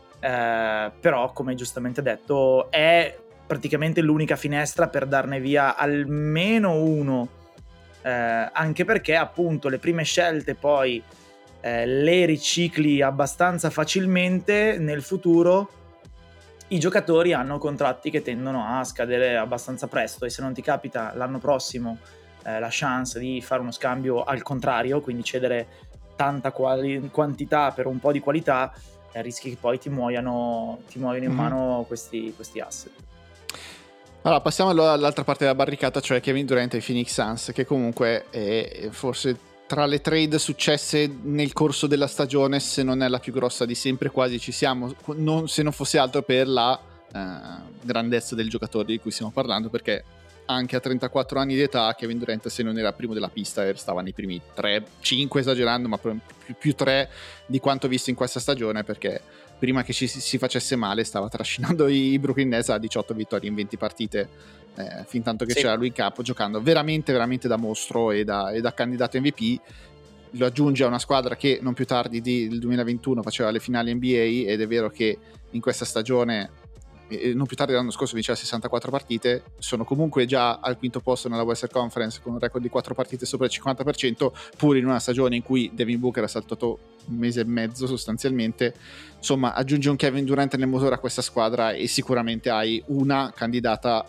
Però come giustamente detto è praticamente l'unica finestra per darne via almeno uno, anche perché appunto le prime scelte poi le ricicli abbastanza facilmente nel futuro. I giocatori hanno contratti che tendono a scadere abbastanza presto e se non ti capita l'anno prossimo la chance di fare uno scambio al contrario, quindi cedere tanta quantità per un po' di qualità, rischi che poi ti muoiano in mano questi asset. Allora passiamo all'altra parte della barricata, cioè Kevin Durant e Phoenix Suns, che comunque è forse tra le trade successe nel corso della stagione, se non è la più grossa di sempre, quasi ci siamo, se non fosse altro per la grandezza del giocatore di cui stiamo parlando, perché anche a 34 anni di età Kevin Durant, se non era primo della pista, stava nei primi 3-5 esagerando, ma più 3 di quanto visto in questa stagione, perché prima che si facesse male stava trascinando i Brooklyn Nets a 18 vittorie in 20 partite, fin tanto che c'era lui in campo, giocando veramente veramente da mostro e da candidato MVP. Lo aggiunge a una squadra che non più tardi del 2021 faceva le finali NBA, ed è vero che in questa stagione, non più tardi dell'anno scorso, vinceva 64 partite, sono comunque già al quinto posto nella Western Conference con un record di 4 partite sopra il 50%, pur in una stagione in cui Devin Booker ha saltato un mese e mezzo sostanzialmente. Insomma, aggiungi un Kevin Durant nel motore a questa squadra e sicuramente hai una candidata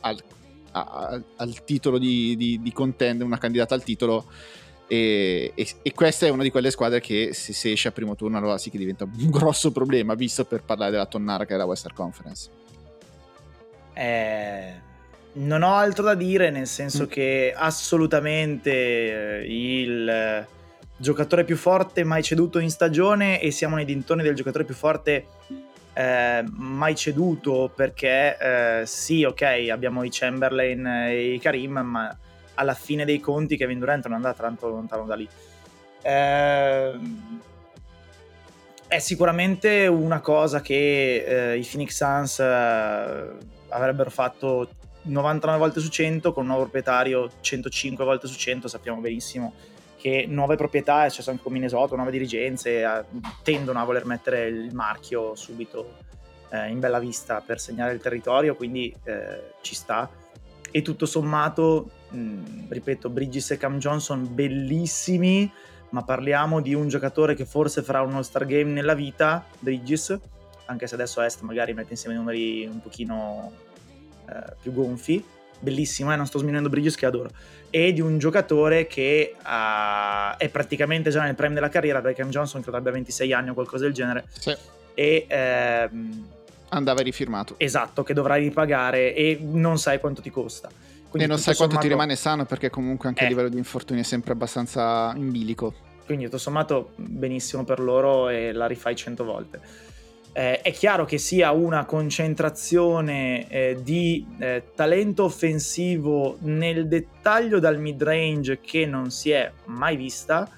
al titolo di contender, una candidata al titolo, e questa è una di quelle squadre che se esce a primo turno allora sì che diventa un grosso problema, visto per parlare della tonnara che è la Western Conference. Non ho altro da dire, nel senso che assolutamente il giocatore più forte mai ceduto in stagione, e siamo nei dintorni del giocatore più forte mai ceduto, perché sì, ok, abbiamo i Chamberlain e i Karim, ma alla fine dei conti Kevin Durant non è andato tanto lontano da lì. È sicuramente una cosa che i Phoenix Suns avrebbero fatto 99 volte su 100 con un nuovo proprietario 105 volte su 100. Sappiamo benissimo che nuove proprietà, cioè anche con Minnesota, nuove dirigenze tendono a voler mettere il marchio subito in bella vista per segnare il territorio, quindi ci sta. E tutto sommato, ripeto, Bridges e Cam Johnson bellissimi, ma parliamo di un giocatore che forse farà un All-Star Game nella vita, Bridges, anche se adesso Est magari mette insieme numeri un pochino più gonfi. Bellissimo, non sto sminuendo Bridges, che adoro. E di un giocatore che è praticamente già nel prime della carriera, perché Cam Johnson credo abbia 26 anni o qualcosa del genere, sì. E andava rifirmato. Esatto, che dovrai ripagare e non sai quanto ti costa. Quindi e non sai quanto ti sommato, rimane sano, perché comunque anche a livello di infortuni è sempre abbastanza in bilico. Quindi tutto sommato benissimo per loro e la rifai 100 volte. È chiaro che sia una concentrazione di talento offensivo nel dettaglio dal mid-range che non si è mai vista.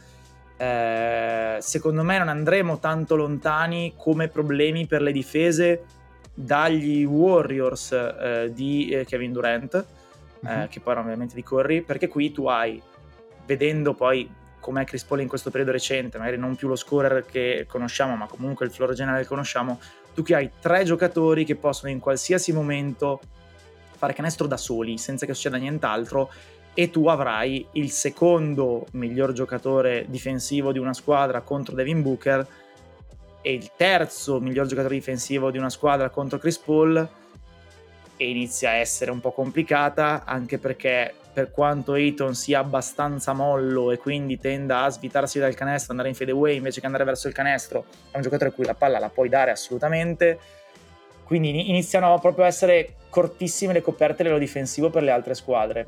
Secondo me non andremo tanto lontani come problemi per le difese dagli Warriors di Kevin Durant, che poi erano ovviamente di Curry, perché qui tu hai, vedendo poi com'è Chris Paul in questo periodo recente, magari non più lo scorer che conosciamo, ma comunque il floor generale che conosciamo, tu che hai 3 giocatori che possono in qualsiasi momento fare canestro da soli, senza che succeda nient'altro, e tu avrai il secondo miglior giocatore difensivo di una squadra contro Devin Booker e il terzo miglior giocatore difensivo di una squadra contro Chris Paul, e inizia a essere un po' complicata, anche perché per quanto Ayton sia abbastanza mollo e quindi tenda a svitarsi dal canestro, andare in fadeaway invece che andare verso il canestro, è un giocatore a cui la palla la puoi dare assolutamente, quindi iniziano proprio a essere cortissime le coperte a livello difensivo per le altre squadre.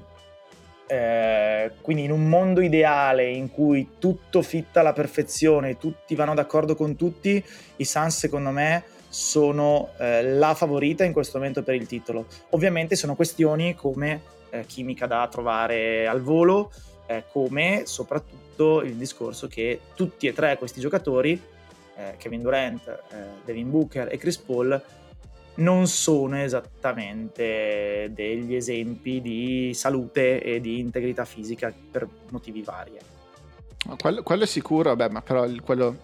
Quindi in un mondo ideale in cui tutto fitta alla perfezione, tutti vanno d'accordo con tutti, i Suns secondo me sono la favorita in questo momento per il titolo. Ovviamente sono questioni come chimica da trovare al volo, come soprattutto il discorso che tutti e tre questi giocatori, Kevin Durant, Devin Booker e Chris Paul, non sono esattamente degli esempi di salute e di integrità fisica per motivi vari. Quello è sicuro, vabbè, ma però quello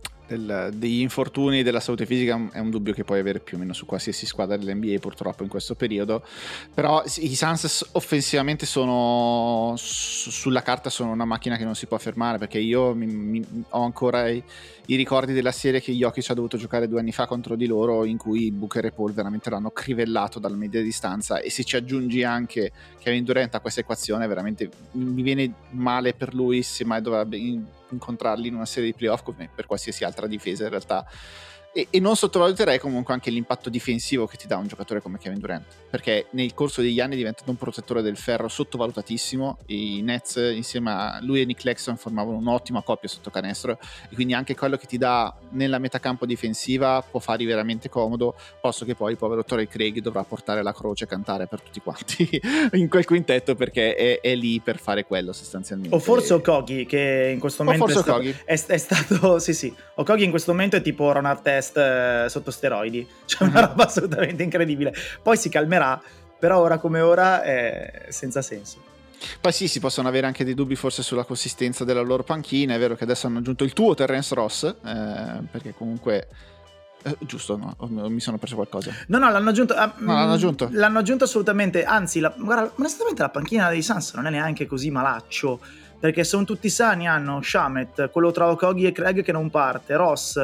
degli infortuni, della salute fisica è un dubbio che puoi avere più o meno su qualsiasi squadra dell'NBA purtroppo in questo periodo. Però i Suns offensivamente sono sulla carta sono una macchina che non si può fermare, perché io ho ancora i ricordi della serie che Jokic ha dovuto giocare 2 anni fa contro di loro, in cui Booker e Paul veramente l'hanno crivellato dalla media distanza, e se ci aggiungi anche Kevin Durant a questa equazione veramente mi viene male per lui se mai dovrebbe incontrarli in una serie di playoff, come per qualsiasi altra difesa in realtà. E non sottovaluterei comunque anche l'impatto difensivo che ti dà un giocatore come Kevin Durant, perché nel corso degli anni è diventato un protettore del ferro sottovalutatissimo. I Nets insieme a lui e Nick Claxton formavano un'ottima coppia sotto canestro, e quindi anche quello che ti dà nella metacampo difensiva può fargli veramente comodo, posto che poi il povero Torrey Craig dovrà portare la croce e cantare per tutti quanti in quel quintetto, perché è lì per fare quello sostanzialmente. O forse Okogie, che in questo momento è stato sì, Okogie in questo momento è tipo Ron Artest sotto steroidi, cioè una roba assolutamente incredibile. Poi si calmerà, però ora come ora è senza senso. Poi sì, si possono avere anche dei dubbi forse sulla consistenza della loro panchina. È vero che adesso hanno aggiunto il tuo Terrence Ross, perché comunque giusto, no? Mi sono preso qualcosa. No, l'hanno aggiunto. L'hanno aggiunto. L'hanno aggiunto assolutamente. Anzi, guarda, onestamente la panchina dei Suns non è neanche così malaccio, perché sono tutti sani. Hanno Shamet, quello tra Okogie e Craig che non parte, Ross,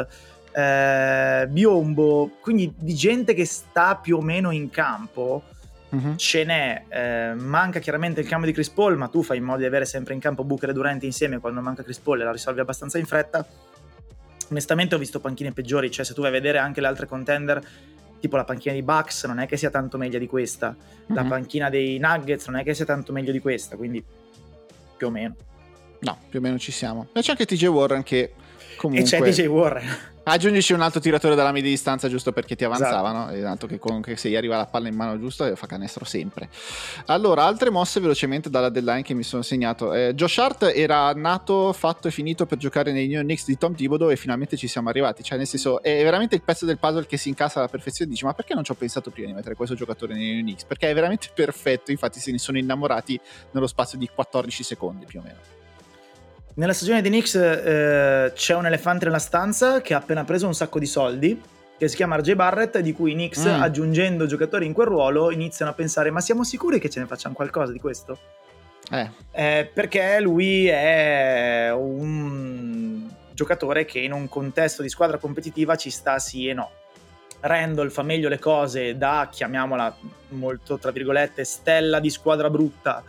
Biombo, quindi di gente che sta più o meno in campo. Ce n'è, manca chiaramente il cambio di Chris Paul, ma tu fai in modo di avere sempre in campo Booker e Durant insieme quando manca Chris Paul e la risolvi abbastanza in fretta. Onestamente ho visto panchine peggiori, cioè se tu vai a vedere anche le altre contender, tipo la panchina di Bucks non è che sia tanto meglio di questa, la panchina dei Nuggets non è che sia tanto meglio di questa, quindi più o meno. No, più o meno ci siamo. E c'è anche TJ Warren che comunque... E c'è TJ Warren. Aggiungici un altro tiratore dalla media distanza giusto perché ti avanzavano, esatto. Tanto che comunque se gli arriva la palla in mano giusto fa canestro sempre. Allora, altre mosse velocemente dalla deadline che mi sono segnato. Josh Hart era nato, fatto e finito per giocare nei New York Knicks di Tom Thibodeau, e finalmente ci siamo arrivati. Cioè, nel senso, è veramente il pezzo del puzzle che si incassa alla perfezione. Dici, ma perché non ci ho pensato prima di mettere questo giocatore nei New York Knicks? Perché è veramente perfetto, infatti se ne sono innamorati nello spazio di 14 secondi più o meno. Nella stagione dei Knicks c'è un elefante nella stanza che ha appena preso un sacco di soldi, che si chiama RJ Barrett, di cui i Knicks, aggiungendo giocatori in quel ruolo, iniziano a pensare: ma siamo sicuri che ce ne facciamo qualcosa di questo? Perché lui è un giocatore che in un contesto di squadra competitiva ci sta sì e no. Randall fa meglio le cose da, chiamiamola molto tra virgolette, stella di squadra brutta,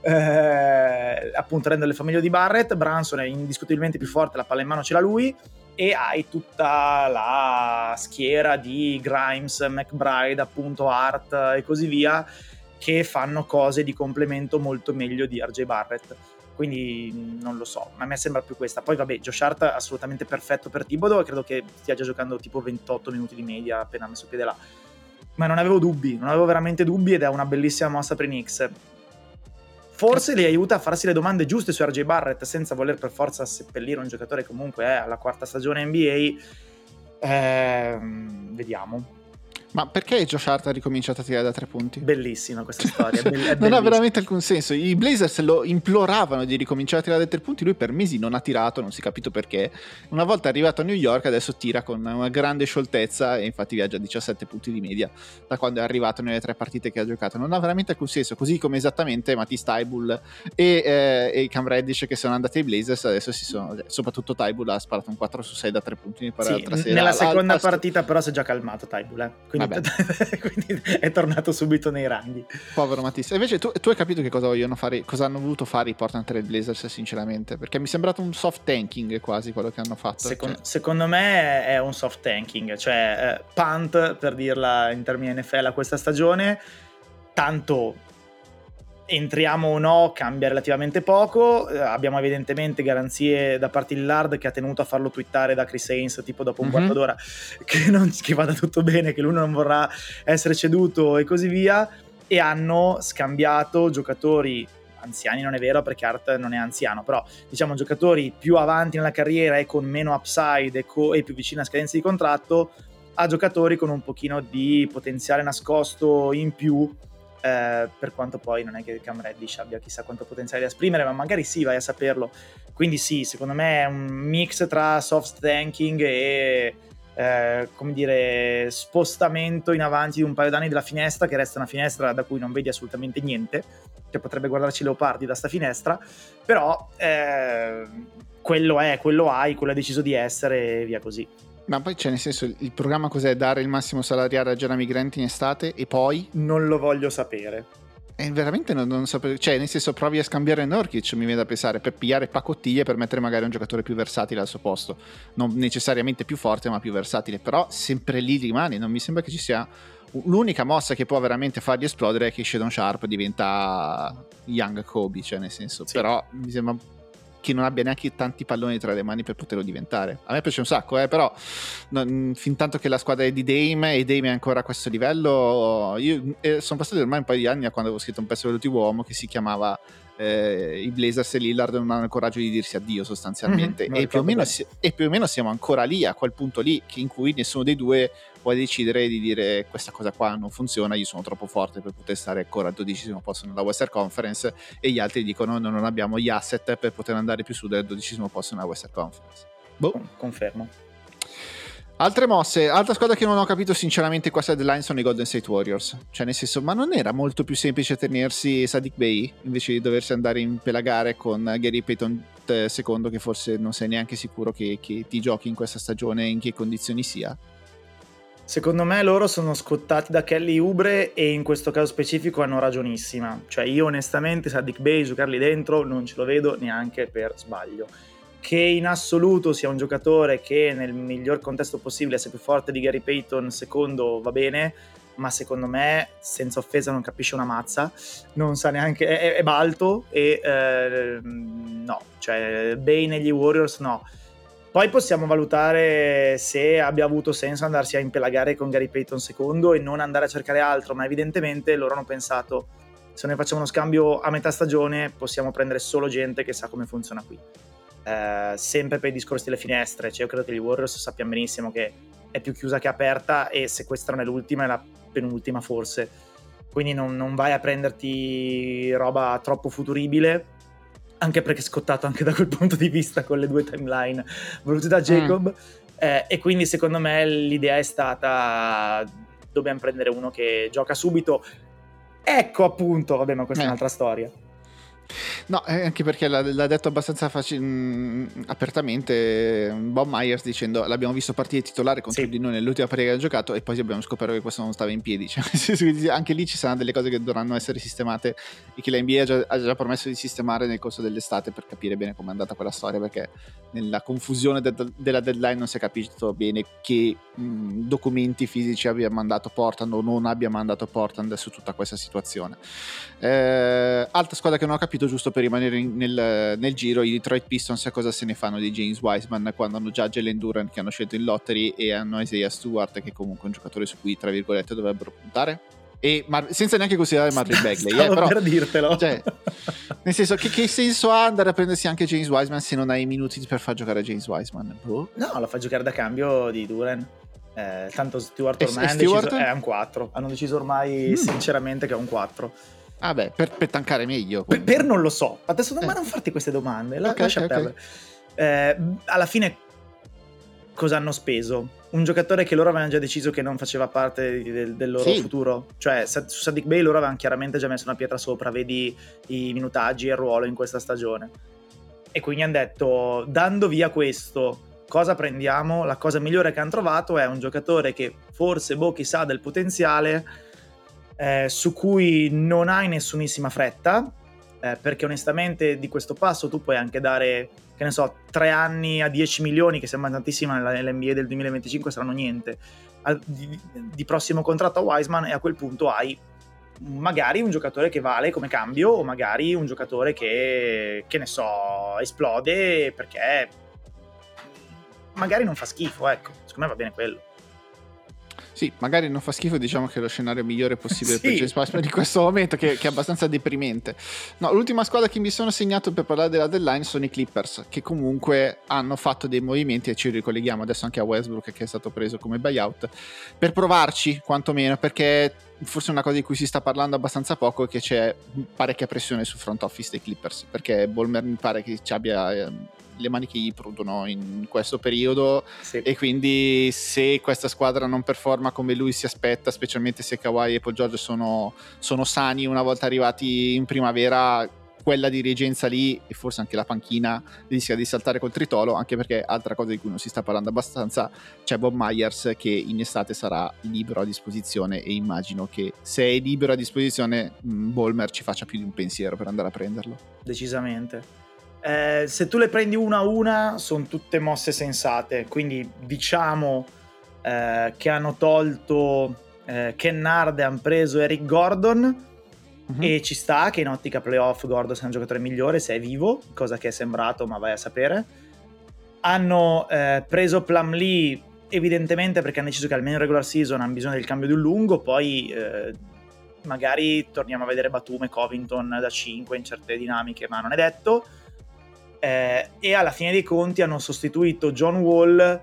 appunto Randall fa meglio di Barrett. Branson è indiscutibilmente più forte, la palla in mano ce l'ha lui, e hai tutta la schiera di Grimes, McBride, appunto Hart e così via, che fanno cose di complemento molto meglio di RJ Barrett. Quindi non lo so, ma a me sembra più questa. Poi vabbè, Josh Hart assolutamente perfetto per Thibodeau, e credo che stia già giocando tipo 28 minuti di media appena messo piede là. Ma non avevo veramente dubbi, ed è una bellissima mossa per i Knicks. Forse li aiuta a farsi le domande giuste su RJ Barrett, senza voler per forza seppellire un giocatore che comunque è alla 4ª stagione NBA. Vediamo. Ma perché Josh Hart ha ricominciato a tirare da 3 punti? Bellissima questa storia. Non ha veramente alcun senso. I Blazers lo imploravano di ricominciare a tirare da 3 punti. Lui per mesi non ha tirato, non si è capito perché. Una volta arrivato a New York, adesso tira con una grande scioltezza, e infatti viaggia a 17 punti di media da quando è arrivato nelle 3 partite che ha giocato. Non ha veramente alcun senso. Così come esattamente Matisse Thybulle e Cam Reddish, che sono andati ai Blazers, adesso soprattutto Thybulle ha sparato un 4/6 da 3 punti. Mi pare l'altra sera. Nella seconda partita però si è già calmato Thybulle, quindi quindi è tornato subito nei ranghi. Povero Matisse. Invece tu hai capito che cosa vogliono fare, cosa hanno voluto fare i Portland Trail Blazers, sinceramente? Perché mi è sembrato un soft tanking quasi quello che hanno fatto. Secondo me è un soft tanking, cioè punt, per dirla in termini NFL, a questa stagione. Tanto entriamo o no cambia relativamente poco. Abbiamo evidentemente garanzie da parte di Lillard, che ha tenuto a farlo twittare da Chris Haynes tipo dopo un quarto d'ora che vada tutto bene, che lui non vorrà essere ceduto e così via, e hanno scambiato giocatori anziani, non è vero perché Hart non è anziano, però diciamo giocatori più avanti nella carriera e con meno upside e più vicini a scadenza di contratto, a giocatori con un pochino di potenziale nascosto in più. Per quanto poi non è che Cam Reddish abbia chissà quanto potenziale da esprimere, ma magari sì, vai a saperlo. Quindi sì, secondo me è un mix tra soft tanking e come dire, spostamento in avanti di un paio d'anni della finestra, che resta una finestra da cui non vedi assolutamente niente, che potrebbe guardarci Leopardi da sta finestra, però quello hai deciso di essere, e via così. Ma poi nel senso, il programma cos'è? Dare il massimo salariale a Jeremy Grant in estate e poi? Non lo voglio sapere. Veramente non sapevo, cioè nel senso, provi a scambiare Nurkic, mi viene da pensare, per pigliare pacottiglie, per mettere magari un giocatore più versatile al suo posto, non necessariamente più forte ma più versatile, però sempre lì rimane. Non mi sembra che ci sia l'unica mossa che può veramente farli esplodere, è che Shadon Sharp diventa Young Kobe, cioè nel senso, sì. Però mi sembra che non abbia neanche tanti palloni tra le mani per poterlo diventare. A me piace un sacco, però fin tanto che la squadra è di Dame e Dame è ancora a questo livello. Io sono passati ormai un paio di anni da quando avevo scritto un pezzo dell'ultimo uomo che si chiamava i Blazers e Lillard non hanno il coraggio di dirsi addio sostanzialmente, e più o meno siamo ancora lì, a quel punto lì in cui nessuno dei due può decidere di dire questa cosa qua non funziona, io sono troppo forte per poter stare ancora al 12° posto nella Western Conference, e gli altri dicono non abbiamo gli asset per poter andare più su del 12° posto nella Western Conference. Confermo. Altre mosse, altra squadra che non ho capito sinceramente questa deadline sono i Golden State Warriors, cioè nel senso, ma non era molto più semplice tenersi Saddiq Bey invece di doversi andare in pelagare con Gary Payton II, che forse non sei neanche sicuro che ti giochi in questa stagione, in che condizioni sia? Secondo me loro sono scottati da Kelly Oubre, e in questo caso specifico hanno ragionissima, cioè io onestamente Saddiq Bey giocarli dentro non ce lo vedo neanche per sbaglio. Che in assoluto sia un giocatore che nel miglior contesto possibile sia più forte di Gary Payton II va bene, ma secondo me, senza offesa, non capisce una mazza, non sa neanche, è balto e no, cioè Bey negli Warriors no. Poi possiamo valutare se abbia avuto senso andarsi a impelagare con Gary Payton II e non andare a cercare altro, ma evidentemente loro hanno pensato, se noi facciamo uno scambio a metà stagione possiamo prendere solo gente che sa come funziona qui. Sempre per i discorsi delle finestre, cioè io credo che gli Warriors sappiano benissimo che è più chiusa che aperta, e se questa non è l'ultima è la penultima forse, quindi non vai a prenderti roba troppo futuribile, anche perché è scottato anche da quel punto di vista con le 2 timeline volute da Jacob. E quindi secondo me l'idea è stata dobbiamo prendere uno che gioca subito, ecco appunto, vabbè, ma questa è un'altra storia. No, anche perché l'ha detto abbastanza apertamente Bob Myers, dicendo l'abbiamo visto partire titolare contro di noi nell'ultima partita che ha giocato e poi abbiamo scoperto che questo non stava in piedi. Cioè, anche lì ci saranno delle cose che dovranno essere sistemate e che la NBA ha già promesso di sistemare nel corso dell'estate per capire bene com'è andata quella storia, perché nella confusione della deadline non si è capito bene che documenti fisici abbia mandato Portland o non abbia mandato Portland su tutta questa situazione. Altra squadra che non ho capito, giusto per rimanere nel giro, i Detroit Pistons, a cosa se ne fanno di James Wiseman quando hanno già Jalen Duren che hanno scelto in lottery e hanno Isaiah Stewart che comunque è un giocatore su cui tra virgolette dovrebbero puntare, e senza neanche considerare Marvin Bagley. Però, per dirtelo, cioè, nel senso che senso ha andare a prendersi anche James Wiseman se non hai i minuti per far giocare James Wiseman? No, lo fa giocare da cambio di Duren. Tanto Stewart ormai è un 4. Hanno deciso ormai sinceramente che è un 4. Ah beh, per tankare meglio. Per non lo so. Adesso non farti queste domande. Lascia perdere. Alla fine cosa hanno speso? Un giocatore che loro avevano già deciso che non faceva parte del loro futuro. Cioè su Saddiq Bey loro avevano chiaramente già messo una pietra sopra. Vedi i minutaggi e il ruolo in questa stagione. E quindi hanno detto, dando via questo, cosa prendiamo? La cosa migliore che hanno trovato è un giocatore che forse chissà del potenziale, su cui non hai nessunissima fretta, perché onestamente di questo passo tu puoi anche dare, che ne so, 3 anni a 10 milioni, che sembra tantissimo nell'NBA del 2025, saranno niente, di prossimo contratto a Wiseman, e a quel punto hai magari un giocatore che vale come cambio, o magari un giocatore che ne so, esplode perché magari non fa schifo, ecco, secondo me va bene quello. Sì, magari non fa schifo, diciamo che è lo scenario migliore possibile per James Wiseman in questo momento, che è abbastanza deprimente. No, l'ultima squadra che mi sono segnato per parlare della deadline sono i Clippers, che comunque hanno fatto dei movimenti, e ci ricolleghiamo adesso anche a Westbrook, che è stato preso come buyout, per provarci quantomeno, perché forse una cosa di cui si sta parlando abbastanza poco è che c'è parecchia pressione sul front office dei Clippers, perché Ballmer mi pare che ci abbia le mani che gli prudono in questo periodo, e quindi se questa squadra non performa come lui si aspetta, specialmente se Kawhi e Paul George sono sani una volta arrivati in primavera, quella dirigenza lì e forse anche la panchina rischia di saltare col tritolo, anche perché altra cosa di cui non si sta parlando abbastanza, c'è Bob Myers che in estate sarà libero a disposizione, e immagino che se è libero a disposizione Ballmer ci faccia più di un pensiero per andare a prenderlo. Decisamente. Se tu le prendi una a una sono tutte mosse sensate, quindi diciamo che hanno tolto Kennard e hanno preso Eric Gordon, e ci sta che in ottica playoff Gordon sia un giocatore migliore se è vivo, cosa che è sembrato, ma vai a sapere. Hanno preso Plumlee evidentemente perché hanno deciso che almeno in regular season hanno bisogno del cambio di un lungo, poi magari torniamo a vedere Batum e Covington da 5 in certe dinamiche, ma non è detto. E alla fine dei conti hanno sostituito John Wall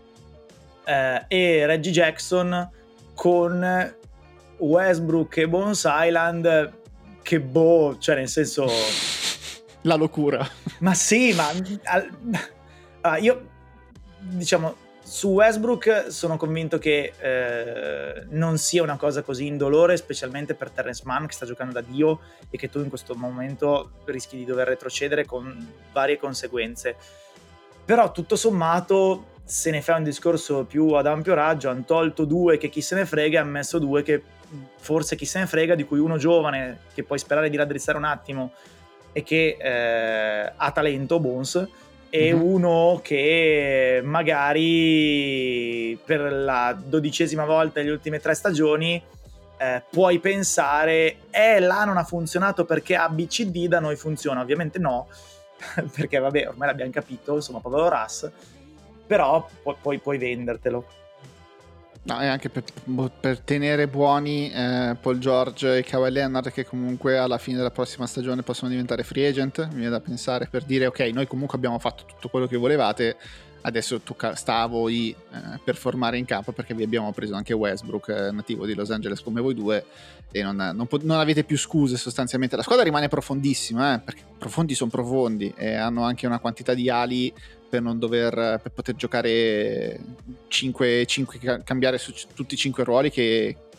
e Reggie Jackson con Westbrook e Bones Island, che cioè nel senso la locura. Ma sì, ma io diciamo su Westbrook sono convinto che non sia una cosa così indolore, specialmente per Terrence Mann che sta giocando da Dio e che tu in questo momento rischi di dover retrocedere con varie conseguenze. Però tutto sommato, se ne fa un discorso più ad ampio raggio, hanno tolto 2 che chi se ne frega, hanno messo 2 che forse chi se ne frega, di cui uno giovane che puoi sperare di raddrizzare un attimo e che ha talento, Bones, e uno che magari per la 12ª volta nelle ultime 3 stagioni puoi pensare là non ha funzionato perché ABCD da noi funziona. Ovviamente no, perché vabbè, ormai l'abbiamo capito, insomma, povero Russ, però puoi vendertelo. No, e anche per tenere buoni Paul George e Kawhi Leonard, che comunque alla fine della prossima stagione possono diventare free agent, mi viene da pensare, per dire ok, noi comunque abbiamo fatto tutto quello che volevate, adesso sta a voi performare in campo, perché vi abbiamo preso anche Westbrook, nativo di Los Angeles come voi due, e non avete più scuse sostanzialmente. La squadra rimane profondissima, perché profondi sono profondi, e hanno anche una quantità di ali per poter giocare 5 cambiare su tutti i 5 ruoli che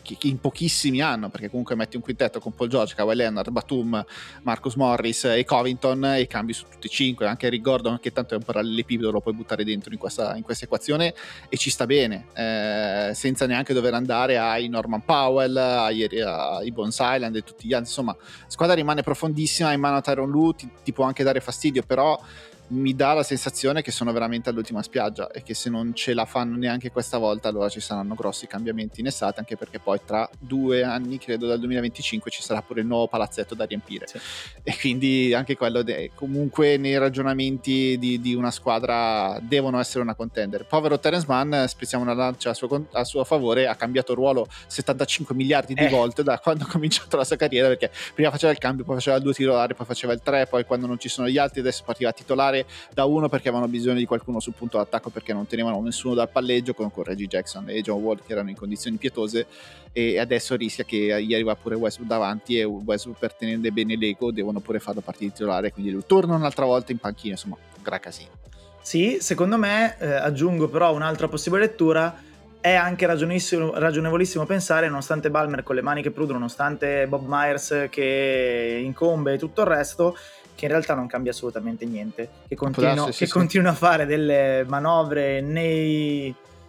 che in pochissimi hanno, perché comunque metti un quintetto con Paul George, Kawhi Leonard, Batum, Marcus Morris e Covington e cambi su tutti e 5, anche Eric Gordon, che tanto è un parallelepipedo, lo puoi buttare dentro in questa equazione e ci sta bene, senza neanche dover andare ai Norman Powell, ai Bones Island e tutti gli altri. Insomma, la squadra rimane profondissima, in mano a Tyronn Lue ti può anche dare fastidio, però mi dà la sensazione che sono veramente all'ultima spiaggia e che se non ce la fanno neanche questa volta, allora ci saranno grossi cambiamenti in estate, anche perché poi tra 2 anni, credo dal 2025, ci sarà pure il nuovo palazzetto da riempire, sì. E quindi anche quello comunque nei ragionamenti di una squadra devono essere una contender. Povero Terence Mann, spezziamo una lancia a suo favore, ha cambiato ruolo 75 miliardi di volte da quando ha cominciato la sua carriera, perché prima faceva il cambio, poi faceva il 2 titolare, poi faceva il 3, poi quando non ci sono gli altri adesso partiva a titolare da 1 perché avevano bisogno di qualcuno sul punto d'attacco, perché non tenevano nessuno dal palleggio con Reggie Jackson e John Wall che erano in condizioni pietose, e adesso rischia che gli arriva pure Westbrook davanti, e Westbrook, per tenere bene l'ego, devono pure farlo partire titolare, quindi lui torna un'altra volta in panchina, insomma un gran casino. Sì, secondo me, aggiungo però un'altra possibile lettura, è anche ragionevolissimo pensare, nonostante Ballmer con le mani che prudono, nonostante Bob Myers che incombe e tutto il resto, che in realtà non cambia assolutamente niente, che continuino a fare delle manovre nei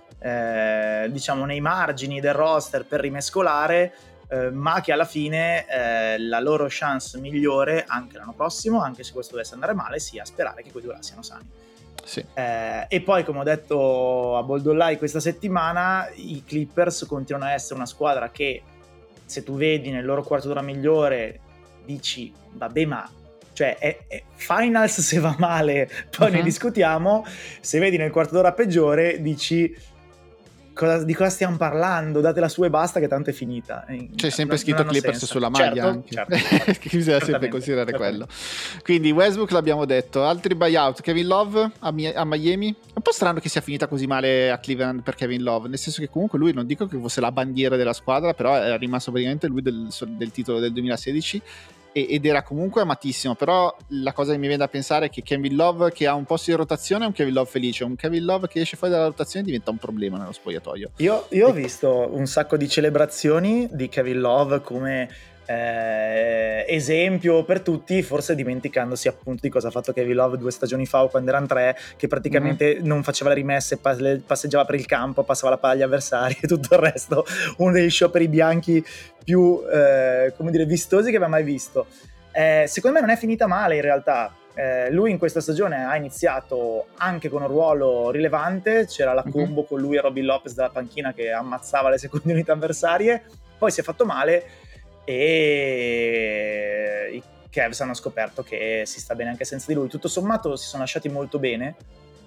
margini del roster per rimescolare, ma che alla fine la loro chance migliore anche l'anno prossimo, anche se questo dovesse andare male, sia sperare che quei due siano sani. Sì. E poi, come ho detto a Boldollai questa settimana, i Clippers continuano a essere una squadra che, se tu vedi nel loro quarto d'ora migliore, dici vabbè, ma cioè è finals se va male, poi ne discutiamo. Se vedi nel quarto d'ora peggiore, dici di cosa stiamo parlando, datela su e basta che tanto è finita. C'è sempre scritto Clippers sulla maglia, certo. Che bisogna sempre considerare quello. Quindi Westbrook l'abbiamo detto, altri buyout, Kevin Love a Miami. È un po' strano che sia finita così male a Cleveland per Kevin Love, nel senso che comunque lui, non dico che fosse la bandiera della squadra, però è rimasto praticamente lui del titolo del 2016 ed era comunque amatissimo. Però la cosa che mi viene da pensare è che Kevin Love che ha un posto di rotazione è un Kevin Love felice, un Kevin Love che esce fuori dalla rotazione diventa un problema nello spogliatoio. Io ho visto un sacco di celebrazioni di Kevin Love come esempio per tutti, forse dimenticandosi appunto di cosa ha fatto Kevin Love 2 stagioni fa, o quando erano 3, che praticamente non faceva le rimesse, passeggiava per il campo, passava la palla agli avversari e tutto il resto. Uno degli scioperi bianchi più vistosi che abbia mai visto. Secondo me non è finita male in realtà. Lui in questa stagione ha iniziato anche con un ruolo rilevante, c'era la combo con lui e Robin Lopez dalla panchina che ammazzava le seconde unità avversarie, poi si è fatto male e i Cavs hanno scoperto che si sta bene anche senza di lui. Tutto sommato si sono lasciati molto bene,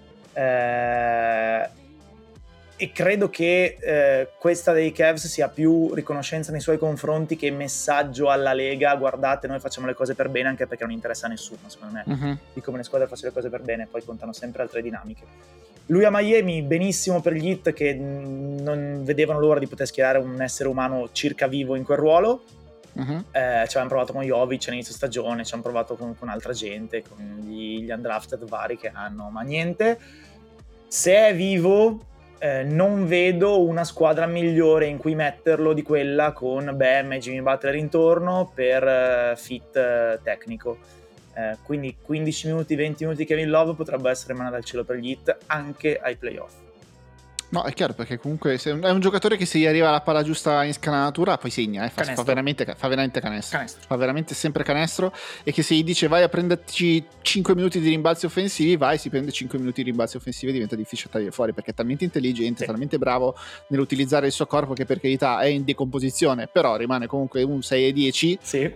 e credo che questa dei Cavs sia più riconoscenza nei suoi confronti che messaggio alla Lega: guardate, noi facciamo le cose per bene, anche perché non interessa a nessuno, secondo me, di come le squadre facciano le cose per bene, poi contano sempre altre dinamiche. Lui a Miami, benissimo per gli Heat, che non vedevano l'ora di poter schierare un essere umano circa vivo in quel ruolo. Ci hanno provato con Jovic all'inizio stagione, ci hanno provato con altra gente, con gli undrafted vari che hanno, ma niente. Se è vivo, non vedo una squadra migliore in cui metterlo di quella con Bam e Jimmy Butler intorno per fit tecnico. Quindi 15 minuti, 20 minuti di Kevin Love potrebbe essere manna dal cielo per gli Heat anche ai playoff. No, è chiaro, perché comunque è un giocatore che, se gli arriva la palla giusta in scanalatura, poi segna, fa veramente canestro. Fa veramente sempre canestro, e che se gli dice vai a prenderci 5 minuti di rimbalzi offensivi, vai, si prende 5 minuti di rimbalzi offensivi, diventa difficile tagliare fuori, perché è talmente intelligente, talmente bravo nell'utilizzare il suo corpo, che per carità è in decomposizione, però rimane comunque un 6 e 10. Sì.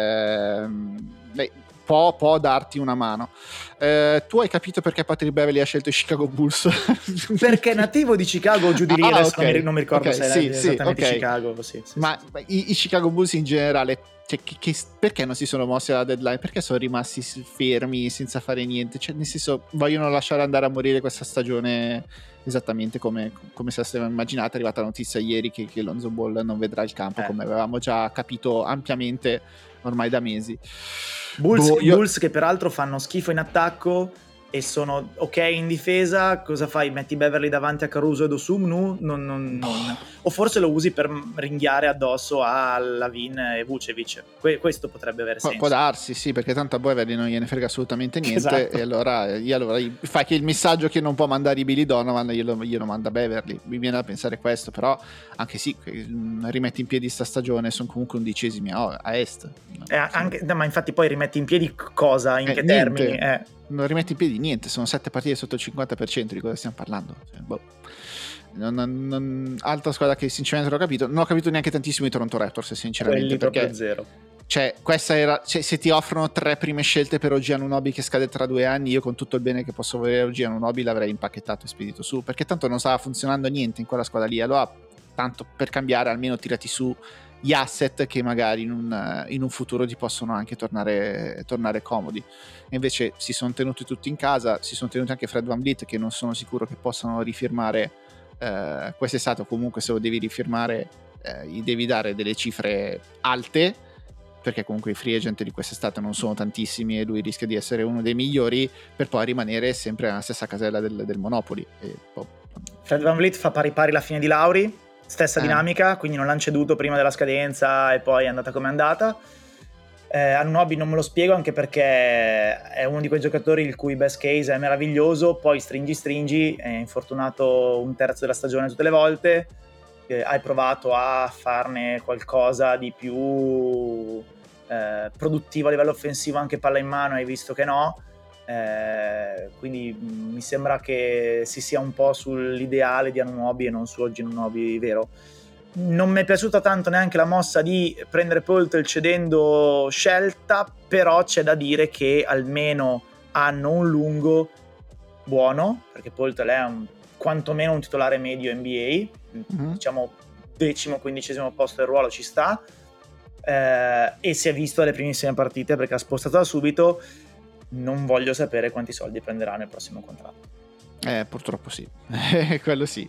Può darti una mano. Tu hai capito perché Patrick Beverley ha scelto i Chicago Bulls? Perché è nativo di Chicago o giù di lì, adesso okay. non mi ricordo se era esattamente Chicago. Ma i Chicago Bulls in generale, cioè, perché non si sono mossi alla deadline? Perché sono rimasti fermi senza fare niente? Cioè, nel senso, vogliono lasciare andare a morire questa stagione esattamente come se l'avevamo immaginata. È arrivata la notizia ieri che Lonzo Ball non vedrà il campo, come avevamo già capito ampiamente ormai da mesi. Bulls che peraltro fanno schifo in attacco, e sono ok in difesa, cosa fai? Metti Beverly davanti a Caruso ed Osumnu? Non. O forse lo usi per ringhiare addosso a Lavin e Vucevic. Questo potrebbe avere senso. Può darsi, sì, perché tanto a Beverly non gliene frega assolutamente niente, Esatto. e allora fa che il messaggio che non può mandare i Billy Donovan glielo manda Beverly. Mi viene da pensare questo, però anche sì, rimetti in piedi sta stagione, sono comunque 11esimi a est. Ma infatti poi rimetti in piedi cosa? In che niente. termini? Non rimetti in piedi niente, sono 7 partite sotto il 50%, di cosa stiamo parlando? Altra squadra che sinceramente non ho capito. Non ho capito neanche tantissimo i Toronto Raptors, sinceramente. Quelli proprio zero. Cioè, questa era. Cioè, se ti offrono 3 prime scelte per OG Anunoby che scade tra 2 anni, io con tutto il bene che posso volere OG Anunoby l'avrei impacchettato e spedito su. Perché tanto non stava funzionando niente in quella squadra lì. Allora, tanto per cambiare, almeno tirati su gli asset che magari in un futuro ti possono anche tornare comodi. E invece si sono tenuti tutti in casa, si sono tenuti anche Fred VanVleet, che non sono sicuro che possano rifirmare quest'estate, o comunque se lo devi rifirmare gli devi dare delle cifre alte, perché comunque i free agent di quest'estate non sono tantissimi e lui rischia di essere uno dei migliori, per poi rimanere sempre nella stessa casella del Monopoly. Fred VanVleet fa pari la fine di Lauri, stessa dinamica, quindi non l'hanno ceduto prima della scadenza e poi è andata come è andata. Anunoby non me lo spiego, anche perché è uno di quei giocatori il cui best case è meraviglioso, poi stringi, è infortunato un terzo della stagione tutte le volte, hai provato a farne qualcosa di più produttivo a livello offensivo, anche palla in mano, hai visto che no. Quindi mi sembra che si sia un po' sull'ideale di Anunoby e non su oggi Anunoby vero. Non mi è piaciuta tanto neanche la mossa di prendere Poeltl cedendo scelta, però c'è da dire che almeno hanno un lungo buono, perché Poeltl è quantomeno un titolare medio NBA, diciamo 10º-15º posto del ruolo ci sta, e si è visto alle primissime partite perché ha spostato da subito. Non voglio sapere quanti soldi prenderà nel prossimo contratto. Purtroppo sì. Quello sì.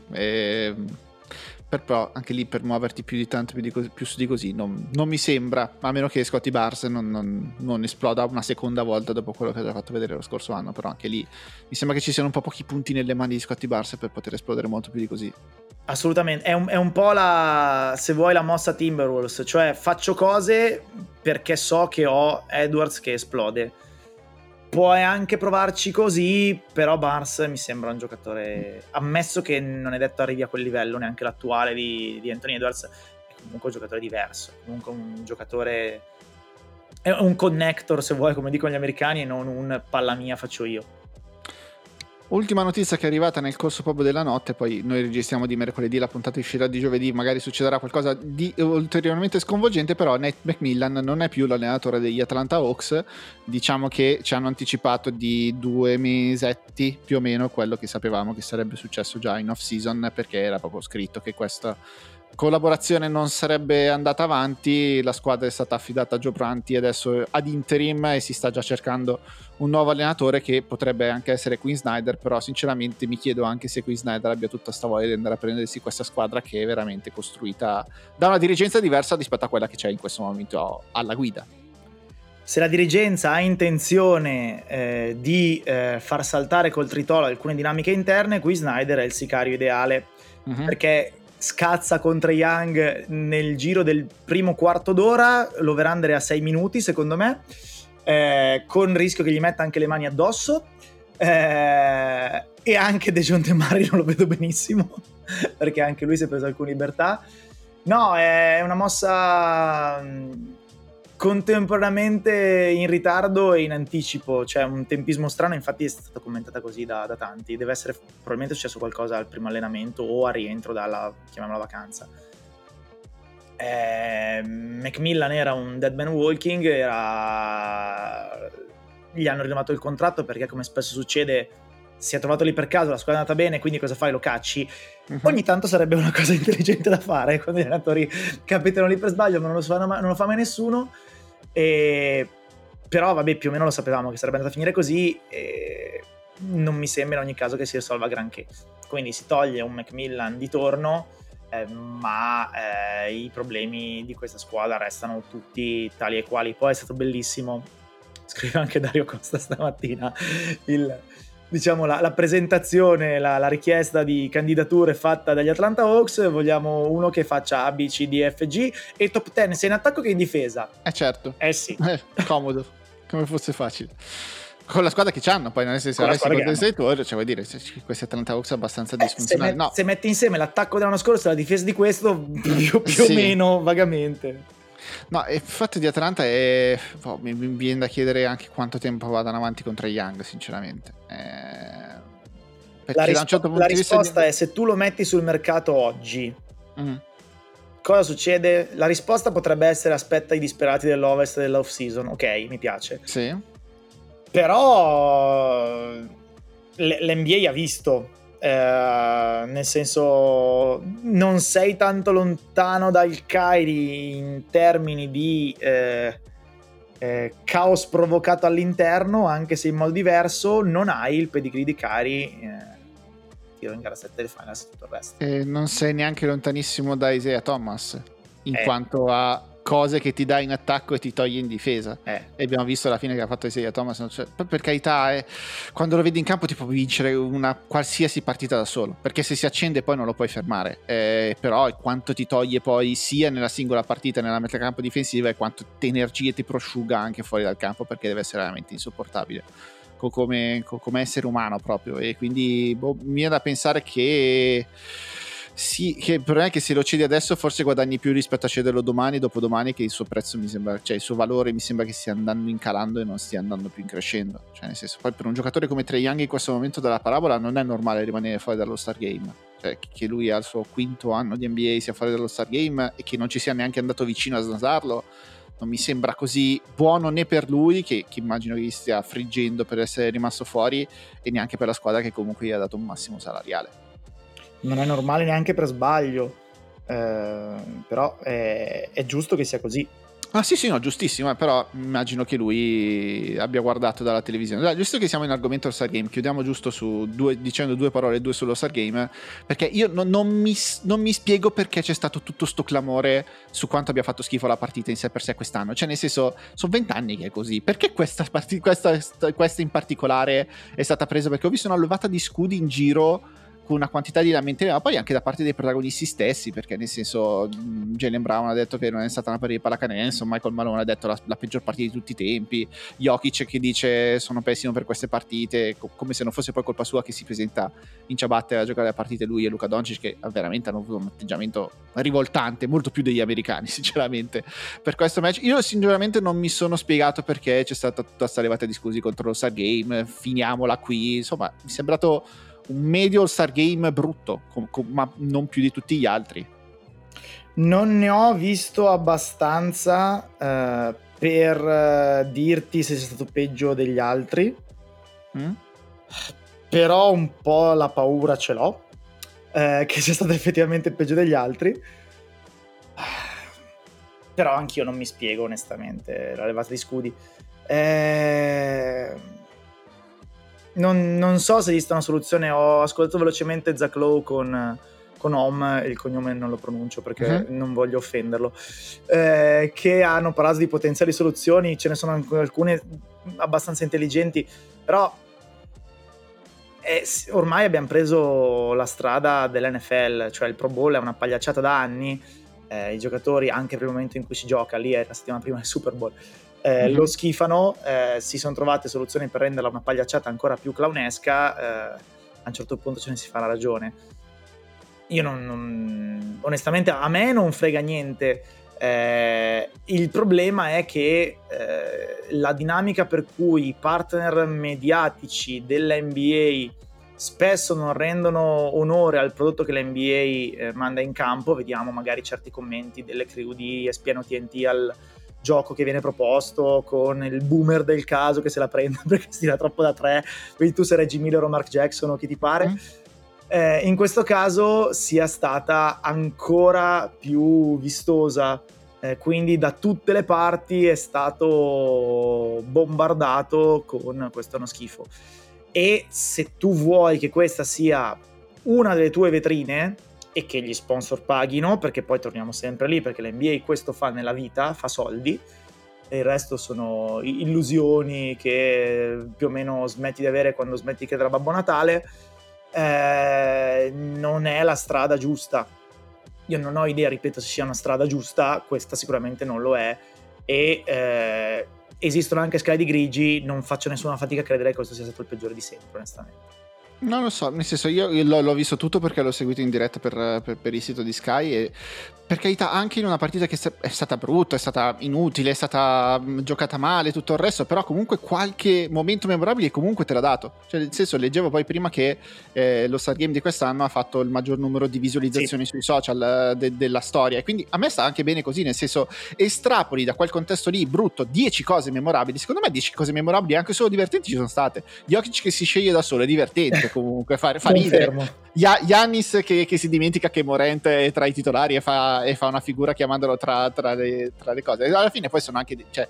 Però anche lì per muoverti più di tanto, più su di così non mi sembra, a meno che Scottie Barnes non esploda una seconda volta dopo quello che ha già fatto vedere lo scorso anno. Però anche lì mi sembra che ci siano un po' pochi punti nelle mani di Scottie Barnes per poter esplodere molto più di così. Assolutamente, è un po' se vuoi la mossa Timberwolves, cioè faccio cose perché so che ho Edwards che esplode. Puoi anche provarci così, però Barnes mi sembra un giocatore, ammesso che non è detto arrivi a quel livello, neanche l'attuale di Anthony Edwards, è comunque un giocatore diverso, comunque un giocatore, è un connector se vuoi, come dicono gli americani, e non un palla mia faccio io. Ultima notizia che è arrivata nel corso proprio della notte, poi noi registriamo di mercoledì, la puntata uscirà di giovedì, magari succederà qualcosa di ulteriormente sconvolgente, però Nate McMillan non è più l'allenatore degli Atlanta Hawks. Diciamo che ci hanno anticipato di 2 mesetti più o meno quello che sapevamo che sarebbe successo già in off season, perché era proprio scritto che questa collaborazione non sarebbe andata avanti. La squadra è stata affidata a Joe Prunty adesso ad interim e si sta già cercando un nuovo allenatore, che potrebbe anche essere Quinn Snyder, però sinceramente mi chiedo anche se Quinn Snyder abbia tutta sta voglia di andare a prendersi questa squadra che è veramente costruita da una dirigenza diversa rispetto a quella che c'è in questo momento alla guida. Se la dirigenza ha intenzione di far saltare col tritolo alcune dinamiche interne, Quinn Snyder è il sicario ideale, perché scazza contro Young nel giro del primo quarto d'ora, l'over-under è a 6 minuti secondo me, con il rischio che gli metta anche le mani addosso, e anche Dejounte Murray non lo vedo benissimo perché anche lui si è preso alcune libertà. No, è una mossa contemporaneamente in ritardo e in anticipo, cioè un tempismo strano, infatti è stata commentata così da tanti. Deve essere probabilmente successo qualcosa al primo allenamento o a rientro dalla, chiamiamola, vacanza. McMillan era un dead man walking, gli hanno rinnovato il contratto perché, come spesso succede, si è trovato lì per caso, la squadra è andata bene, quindi cosa fai? Lo cacci. Ogni tanto sarebbe una cosa intelligente da fare quando gli allenatori capitano lì per sbaglio, ma non lo fa mai nessuno. Però vabbè, più o meno lo sapevamo che sarebbe andata a finire così, e non mi sembra in ogni caso che si risolva granché. Quindi si toglie un McMillan di torno, ma i problemi di questa squadra restano tutti tali e quali. Poi è stato bellissimo, scrive anche Dario Costa stamattina, diciamo la presentazione, la richiesta di candidature fatta dagli Atlanta Hawks. Vogliamo uno che faccia A, B, C, D, F, G e top 10 sia in attacco che in difesa. Certo. Sì. Comodo, come fosse facile. Con la squadra che c'hanno, poi non è se avessi Golden State Warriors, cioè vuol dire questi Atlanta Hawks abbastanza disfunzionali. Se metti insieme l'attacco dell'anno scorso e la difesa di questo, più o meno vagamente. No, il fatto di Atlanta è mi viene da chiedere anche quanto tempo vadano avanti con Trae Young, sinceramente. La risposta è: se tu lo metti sul mercato oggi, cosa succede? La risposta potrebbe essere: aspetta i disperati dell'Ovest dell'off season. Ok, mi piace. Sì. Però l'NBA ha visto, nel senso, non sei tanto lontano dal Kyrie in termini di caos provocato all'interno, anche se in modo diverso. Non hai il pedigree di Kyrie, tiro in gara 7 del finals e tutto il resto. Non sei neanche lontanissimo da Isaiah Thomas in quanto a cose che ti dà in attacco e ti toglie in difesa, e abbiamo visto alla fine che ha fatto Isaiah Thomas, cioè, per carità, quando lo vedi in campo ti può vincere una qualsiasi partita da solo, perché se si accende poi non lo puoi fermare, però quanto ti toglie poi sia nella singola partita nella metacampo difensiva e quanto energie ti prosciuga anche fuori dal campo, perché deve essere veramente insopportabile come essere umano proprio. E quindi mi viene da pensare che sì, che il problema è che se lo cedi adesso forse guadagni più rispetto a cederlo domani, dopodomani, che il suo prezzo mi sembra, cioè il suo valore mi sembra che stia andando in calando e non stia andando più in crescendo. Cioè nel senso, poi per un giocatore come Trae Young in questo momento della parabola non è normale rimanere fuori dallo Star Game, cioè che lui al suo quinto anno di NBA sia fuori dallo Star Game e che non ci sia neanche andato vicino a snasarlo non mi sembra così buono né per lui, che immagino che gli stia friggendo per essere rimasto fuori, e neanche per la squadra che comunque gli ha dato un massimo salariale. Non è normale neanche per sbaglio, però è giusto che sia così. Ah sì, no, giustissimo, però immagino che lui abbia guardato dalla televisione. Dai, giusto che siamo in argomento All-Star Game, chiudiamo giusto dicendo due parole, due sullo All-Star Game, perché io non mi spiego perché c'è stato tutto sto clamore su quanto abbia fatto schifo la partita in sé per sé quest'anno. Cioè nel senso, sono 20 anni che è così, perché questa in particolare è stata presa? Perché ho visto una levata di scudi in giro con una quantità di lamentele, ma poi anche da parte dei protagonisti stessi, perché nel senso Jaylen Brown ha detto che non è stata una partita di pallacanestro, Michael Malone ha detto la peggior partita di tutti i tempi, Jokic che dice sono pessimo per queste partite, come se non fosse poi colpa sua che si presenta in ciabatte a giocare le partite lui e Luka Doncic, che veramente hanno avuto un atteggiamento rivoltante, molto più degli americani sinceramente per questo match. Io sinceramente non mi sono spiegato perché c'è stata tutta questa levata di scusi contro lo Star Game, finiamola qui, insomma mi è sembrato un medio All-Star Game brutto, ma non più di tutti gli altri. Non ne ho visto abbastanza per dirti se sia stato peggio degli altri, però un po' la paura ce l'ho che sia stato effettivamente peggio degli altri, però anch'io non mi spiego onestamente la levata di scudi. Non so se esista una soluzione. Ho ascoltato velocemente Zach Lowe con Om, il cognome non lo pronuncio perché non voglio offenderlo, che hanno parlato di potenziali soluzioni. Ce ne sono alcune abbastanza intelligenti, però ormai abbiamo preso la strada dell'NFL, cioè il Pro Bowl è una pagliacciata da anni, i giocatori anche per il momento in cui si gioca, lì è la settimana prima del Super Bowl, lo schifano, si sono trovate soluzioni per renderla una pagliacciata ancora più clownesca, a un certo punto ce ne si fa la ragione. Io onestamente a me non frega niente, il problema è che la dinamica per cui i partner mediatici dell'NBA spesso non rendono onore al prodotto che l'NBA manda in campo. Vediamo magari certi commenti delle crew di ESPN o TNT al gioco che viene proposto, con il boomer del caso che se la prende perché si tira troppo da tre, quindi tu sei Reggie Miller o Mark Jackson o chi ti pare. In questo caso sia stata ancora più vistosa, quindi da tutte le parti è stato bombardato con questo è uno schifo. E se tu vuoi che questa sia una delle tue vetrine e che gli sponsor paghino, perché poi torniamo sempre lì, perché l'NBA questo fa nella vita, fa soldi, e il resto sono illusioni che più o meno smetti di avere quando smetti di credere a Babbo Natale. Non è la strada giusta. Io non ho idea, ripeto, se sia una strada giusta, questa sicuramente non lo è, e esistono anche scale di grigi, non faccio nessuna fatica a credere che questo sia stato il peggiore di sempre, onestamente. Non lo so, nel senso io l'ho visto tutto perché l'ho seguito in diretta per il sito di Sky, e per carità anche in una partita che è stata brutta, è stata inutile, è stata giocata male, tutto il resto, però comunque qualche momento memorabile comunque te l'ha dato. Cioè nel senso, leggevo poi prima che lo Star Game di quest'anno ha fatto il maggior numero di visualizzazioni sui social della storia, e quindi a me sta anche bene così, nel senso estrapoli da quel contesto lì brutto 10 cose memorabili. Secondo me 10 cose memorabili anche solo divertenti ci sono state. Jokic che si sceglie da solo è divertente, comunque fa ridere. Giannis che si dimentica che Morant è tra i titolari e fa una figura chiamandolo tra le cose. Alla fine poi sono anche, cioè,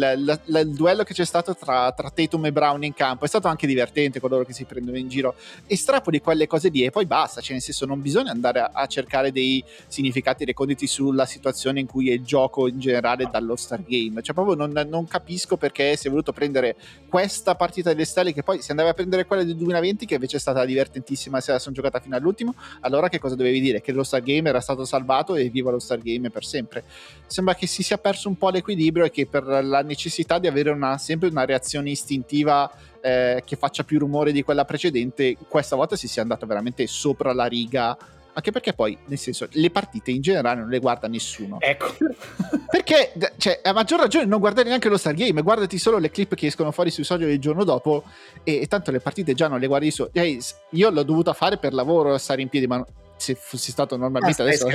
il duello che c'è stato tra Tatum e Brown in campo è stato anche divertente, con loro che si prendono in giro. Estrapoli quelle cose lì e poi basta, cioè nel senso non bisogna andare a cercare dei significati reconditi sulla situazione in cui è il gioco in generale dallo Star Game. Cioè proprio non capisco perché si è voluto prendere questa partita delle stelle, che poi si andava a prendere quella del 2020 che invece è stata divertentissima, se la sono giocata fino all'ultimo. Allora che cosa dovevi dire? Che lo Star Game era stato salvato e viva lo Star Game per sempre. Sembra che si sia perso un po' l'equilibrio e che per la necessità di avere sempre una reazione istintiva che faccia più rumore di quella precedente, questa volta si sia andato veramente sopra la riga. Anche perché poi, nel senso, le partite in generale non le guarda nessuno. Ecco. Perché, cioè, a maggior ragione non guardare neanche lo Star Game, guardati solo le clip che escono fuori sui social il giorno dopo, e tanto le partite già non le guardi su. Io l'ho dovuta fare per lavoro, stare in piedi, ma se fossi stato normalmente adesso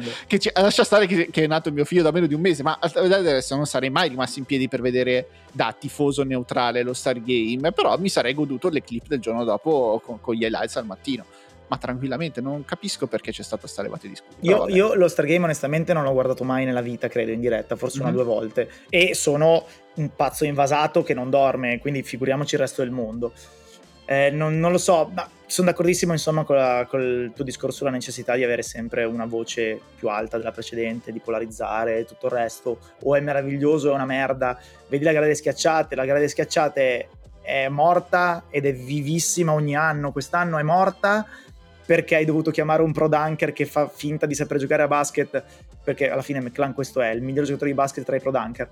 lascia stare che è nato mio figlio da meno di un mese, ma adesso non sarei mai rimasto in piedi per vedere da tifoso neutrale lo Star Game, però mi sarei goduto le clip del giorno dopo con gli highlights al mattino. Ma tranquillamente, non capisco perché c'è stata sta levata di scudo. Io lo Star Game onestamente non l'ho guardato mai nella vita, credo, in diretta, forse una o due volte, e sono un pazzo invasato che non dorme, quindi figuriamoci il resto del mondo. Non lo so, ma sono d'accordissimo insomma col tuo discorso sulla necessità di avere sempre una voce più alta della precedente, di polarizzare tutto il resto, o è meraviglioso o è una merda. Vedi la gara delle schiacciate è morta ed è vivissima ogni anno. Quest'anno è morta perché hai dovuto chiamare un pro dunker che fa finta di saper giocare a basket, perché alla fine McClung questo è il miglior giocatore di basket tra i pro dunker,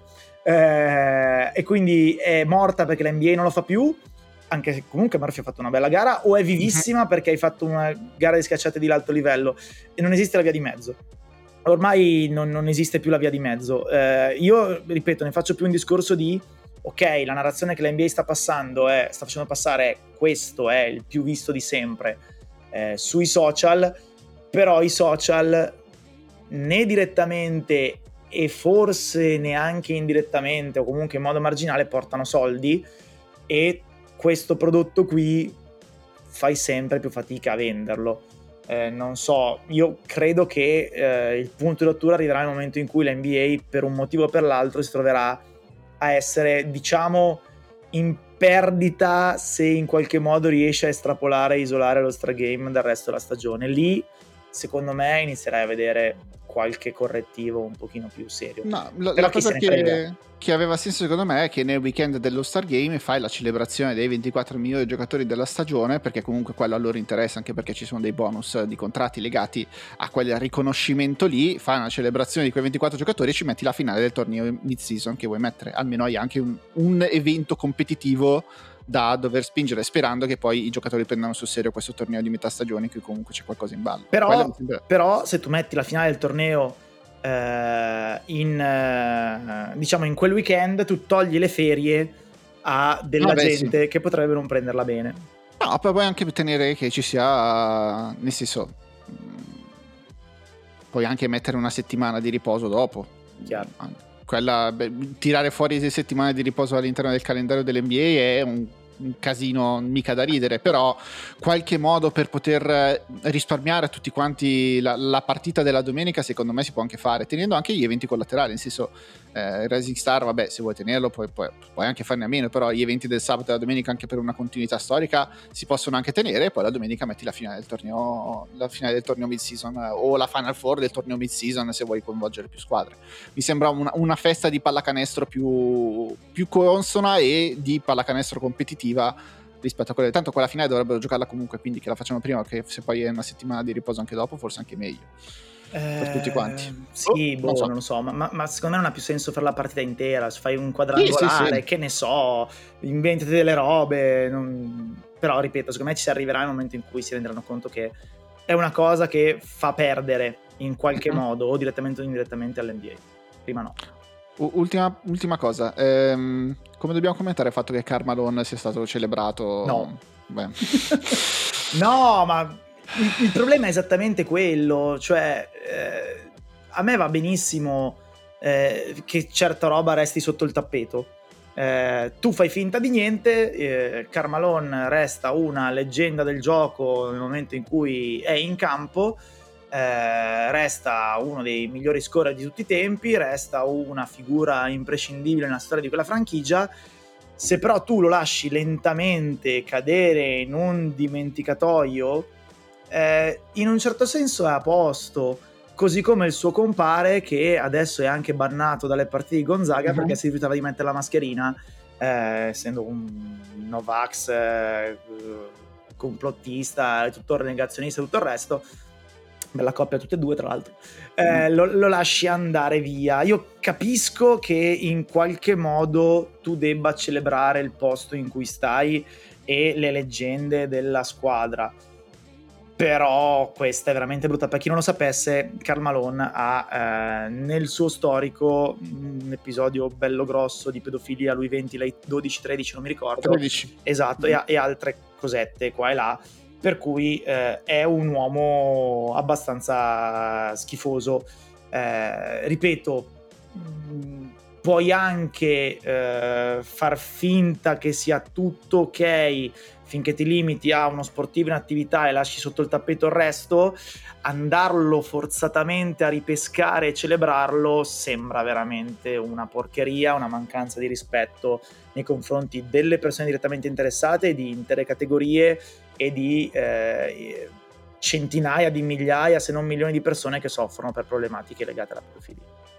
e quindi è morta perché l'NBA non lo fa più, anche se comunque Murphy ha fatto una bella gara, o è vivissima perché hai fatto una gara di schiacciate di alto livello, e non esiste la via di mezzo. Ormai non esiste più la via di mezzo. Io ripeto, ne faccio più un discorso di ok, la narrazione che l'NBA sta facendo passare questo è il più visto di sempre sui social, però i social né direttamente e forse neanche indirettamente, o comunque in modo marginale, portano soldi, e questo prodotto qui fai sempre più fatica a venderlo. Non so, io credo che il punto di rottura arriverà nel momento in cui l'NBA per un motivo o per l'altro si troverà a essere, diciamo, in perdita se in qualche modo riesce a estrapolare e isolare lo Star Game dal resto della stagione. Lì secondo me inizierai a vedere qualche correttivo un pochino più serio. No, la cosa che aveva senso secondo me è che nel weekend dello Star Game fai la celebrazione dei 24 migliori giocatori della stagione, perché comunque quello a loro interessa, anche perché ci sono dei bonus di contratti legati a quel riconoscimento lì. Fai una celebrazione di quei 24 giocatori e ci metti la finale del torneo mid-season che vuoi mettere, almeno hai anche un evento competitivo da dover spingere, sperando che poi i giocatori prendano sul serio questo torneo di metà stagione in cui comunque c'è qualcosa in ballo. Però se tu metti la finale del torneo diciamo in quel weekend, tu togli le ferie a della gente che potrebbe non prenderla bene. No, poi puoi anche tenere che ci sia, nel senso, puoi anche mettere una settimana di riposo dopo. Chiaro. Tirare fuori 6 settimane di riposo all'interno del calendario dell'NBA è un casino mica da ridere, però qualche modo per poter risparmiare a tutti quanti la partita della domenica secondo me si può anche fare, tenendo anche gli eventi collaterali, nel senso Rising Star, vabbè, se vuoi tenerlo puoi anche farne a meno, però gli eventi del sabato e la domenica anche per una continuità storica si possono anche tenere, e poi la domenica metti la finale del torneo mid season o la Final Four del torneo mid season se vuoi coinvolgere più squadre. Mi sembra una festa di pallacanestro più consona e di pallacanestro competitiva rispetto a quella. Tanto quella finale dovrebbero giocarla comunque, quindi che la facciano prima, che se poi è una settimana di riposo anche dopo forse anche meglio per tutti quanti. Sì, non lo so, ma secondo me non ha più senso fare la partita intera, fai un quadrangolare, sì. Che ne so, inventati delle robe, però ripeto, secondo me ci si arriverà nel momento in cui si renderanno conto che è una cosa che fa perdere in qualche modo, o direttamente o indirettamente, all'NBA. Prima no. Ultima cosa, come dobbiamo commentare il fatto che Karl Malone sia stato celebrato? No. Beh. No, ma il problema è esattamente quello, cioè a me va benissimo che certa roba resti sotto il tappeto. Tu fai finta di niente, Karl Malone resta una leggenda del gioco nel momento in cui è in campo, resta uno dei migliori scorer di tutti i tempi, resta una figura imprescindibile nella storia di quella franchigia. Se però tu lo lasci lentamente cadere in un dimenticatoio, in un certo senso è a posto, così come il suo compare, che adesso è anche bannato dalle partite di Gonzaga perché si rifiutava di mettere la mascherina, essendo un Novax complottista, tutto negazionista e tutto il resto. Bella coppia tutte e due, tra l'altro. Lo lasci andare via. Io capisco che in qualche modo tu debba celebrare il posto in cui stai e le leggende della squadra, però questa è veramente brutta. Per chi non lo sapesse, Karl Malone ha nel suo storico un episodio bello grosso di pedofilia, lui 20, lei 12, 13, non mi ricordo. 13. Esatto, e altre cosette qua e là, per cui è un uomo abbastanza schifoso. Ripeto, puoi anche far finta che sia tutto ok finché ti limiti a uno sportivo in attività e lasci sotto il tappeto il resto. Andarlo forzatamente a ripescare e celebrarlo sembra veramente una porcheria, una mancanza di rispetto nei confronti delle persone direttamente interessate, di intere categorie e di centinaia di migliaia, se non milioni di persone che soffrono per problematiche legate alla pedofilia.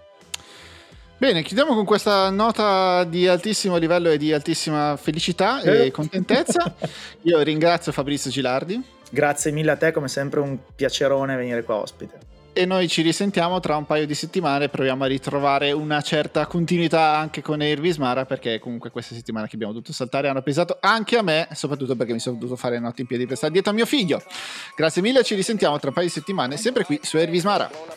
Bene, chiudiamo con questa nota di altissimo livello e di altissima felicità e contentezza. Io ringrazio Fabrizio Gilardi. Grazie mille a te, come sempre un piacerone venire qua ospite. E noi ci risentiamo tra un paio di settimane, proviamo a ritrovare una certa continuità anche con Air Vismara, perché comunque questa settimana che abbiamo dovuto saltare hanno pesato anche a me, soprattutto perché mi sono dovuto fare notte in piedi per stare dietro a mio figlio. Grazie mille, ci risentiamo tra un paio di settimane, sempre qui su Air Vismara.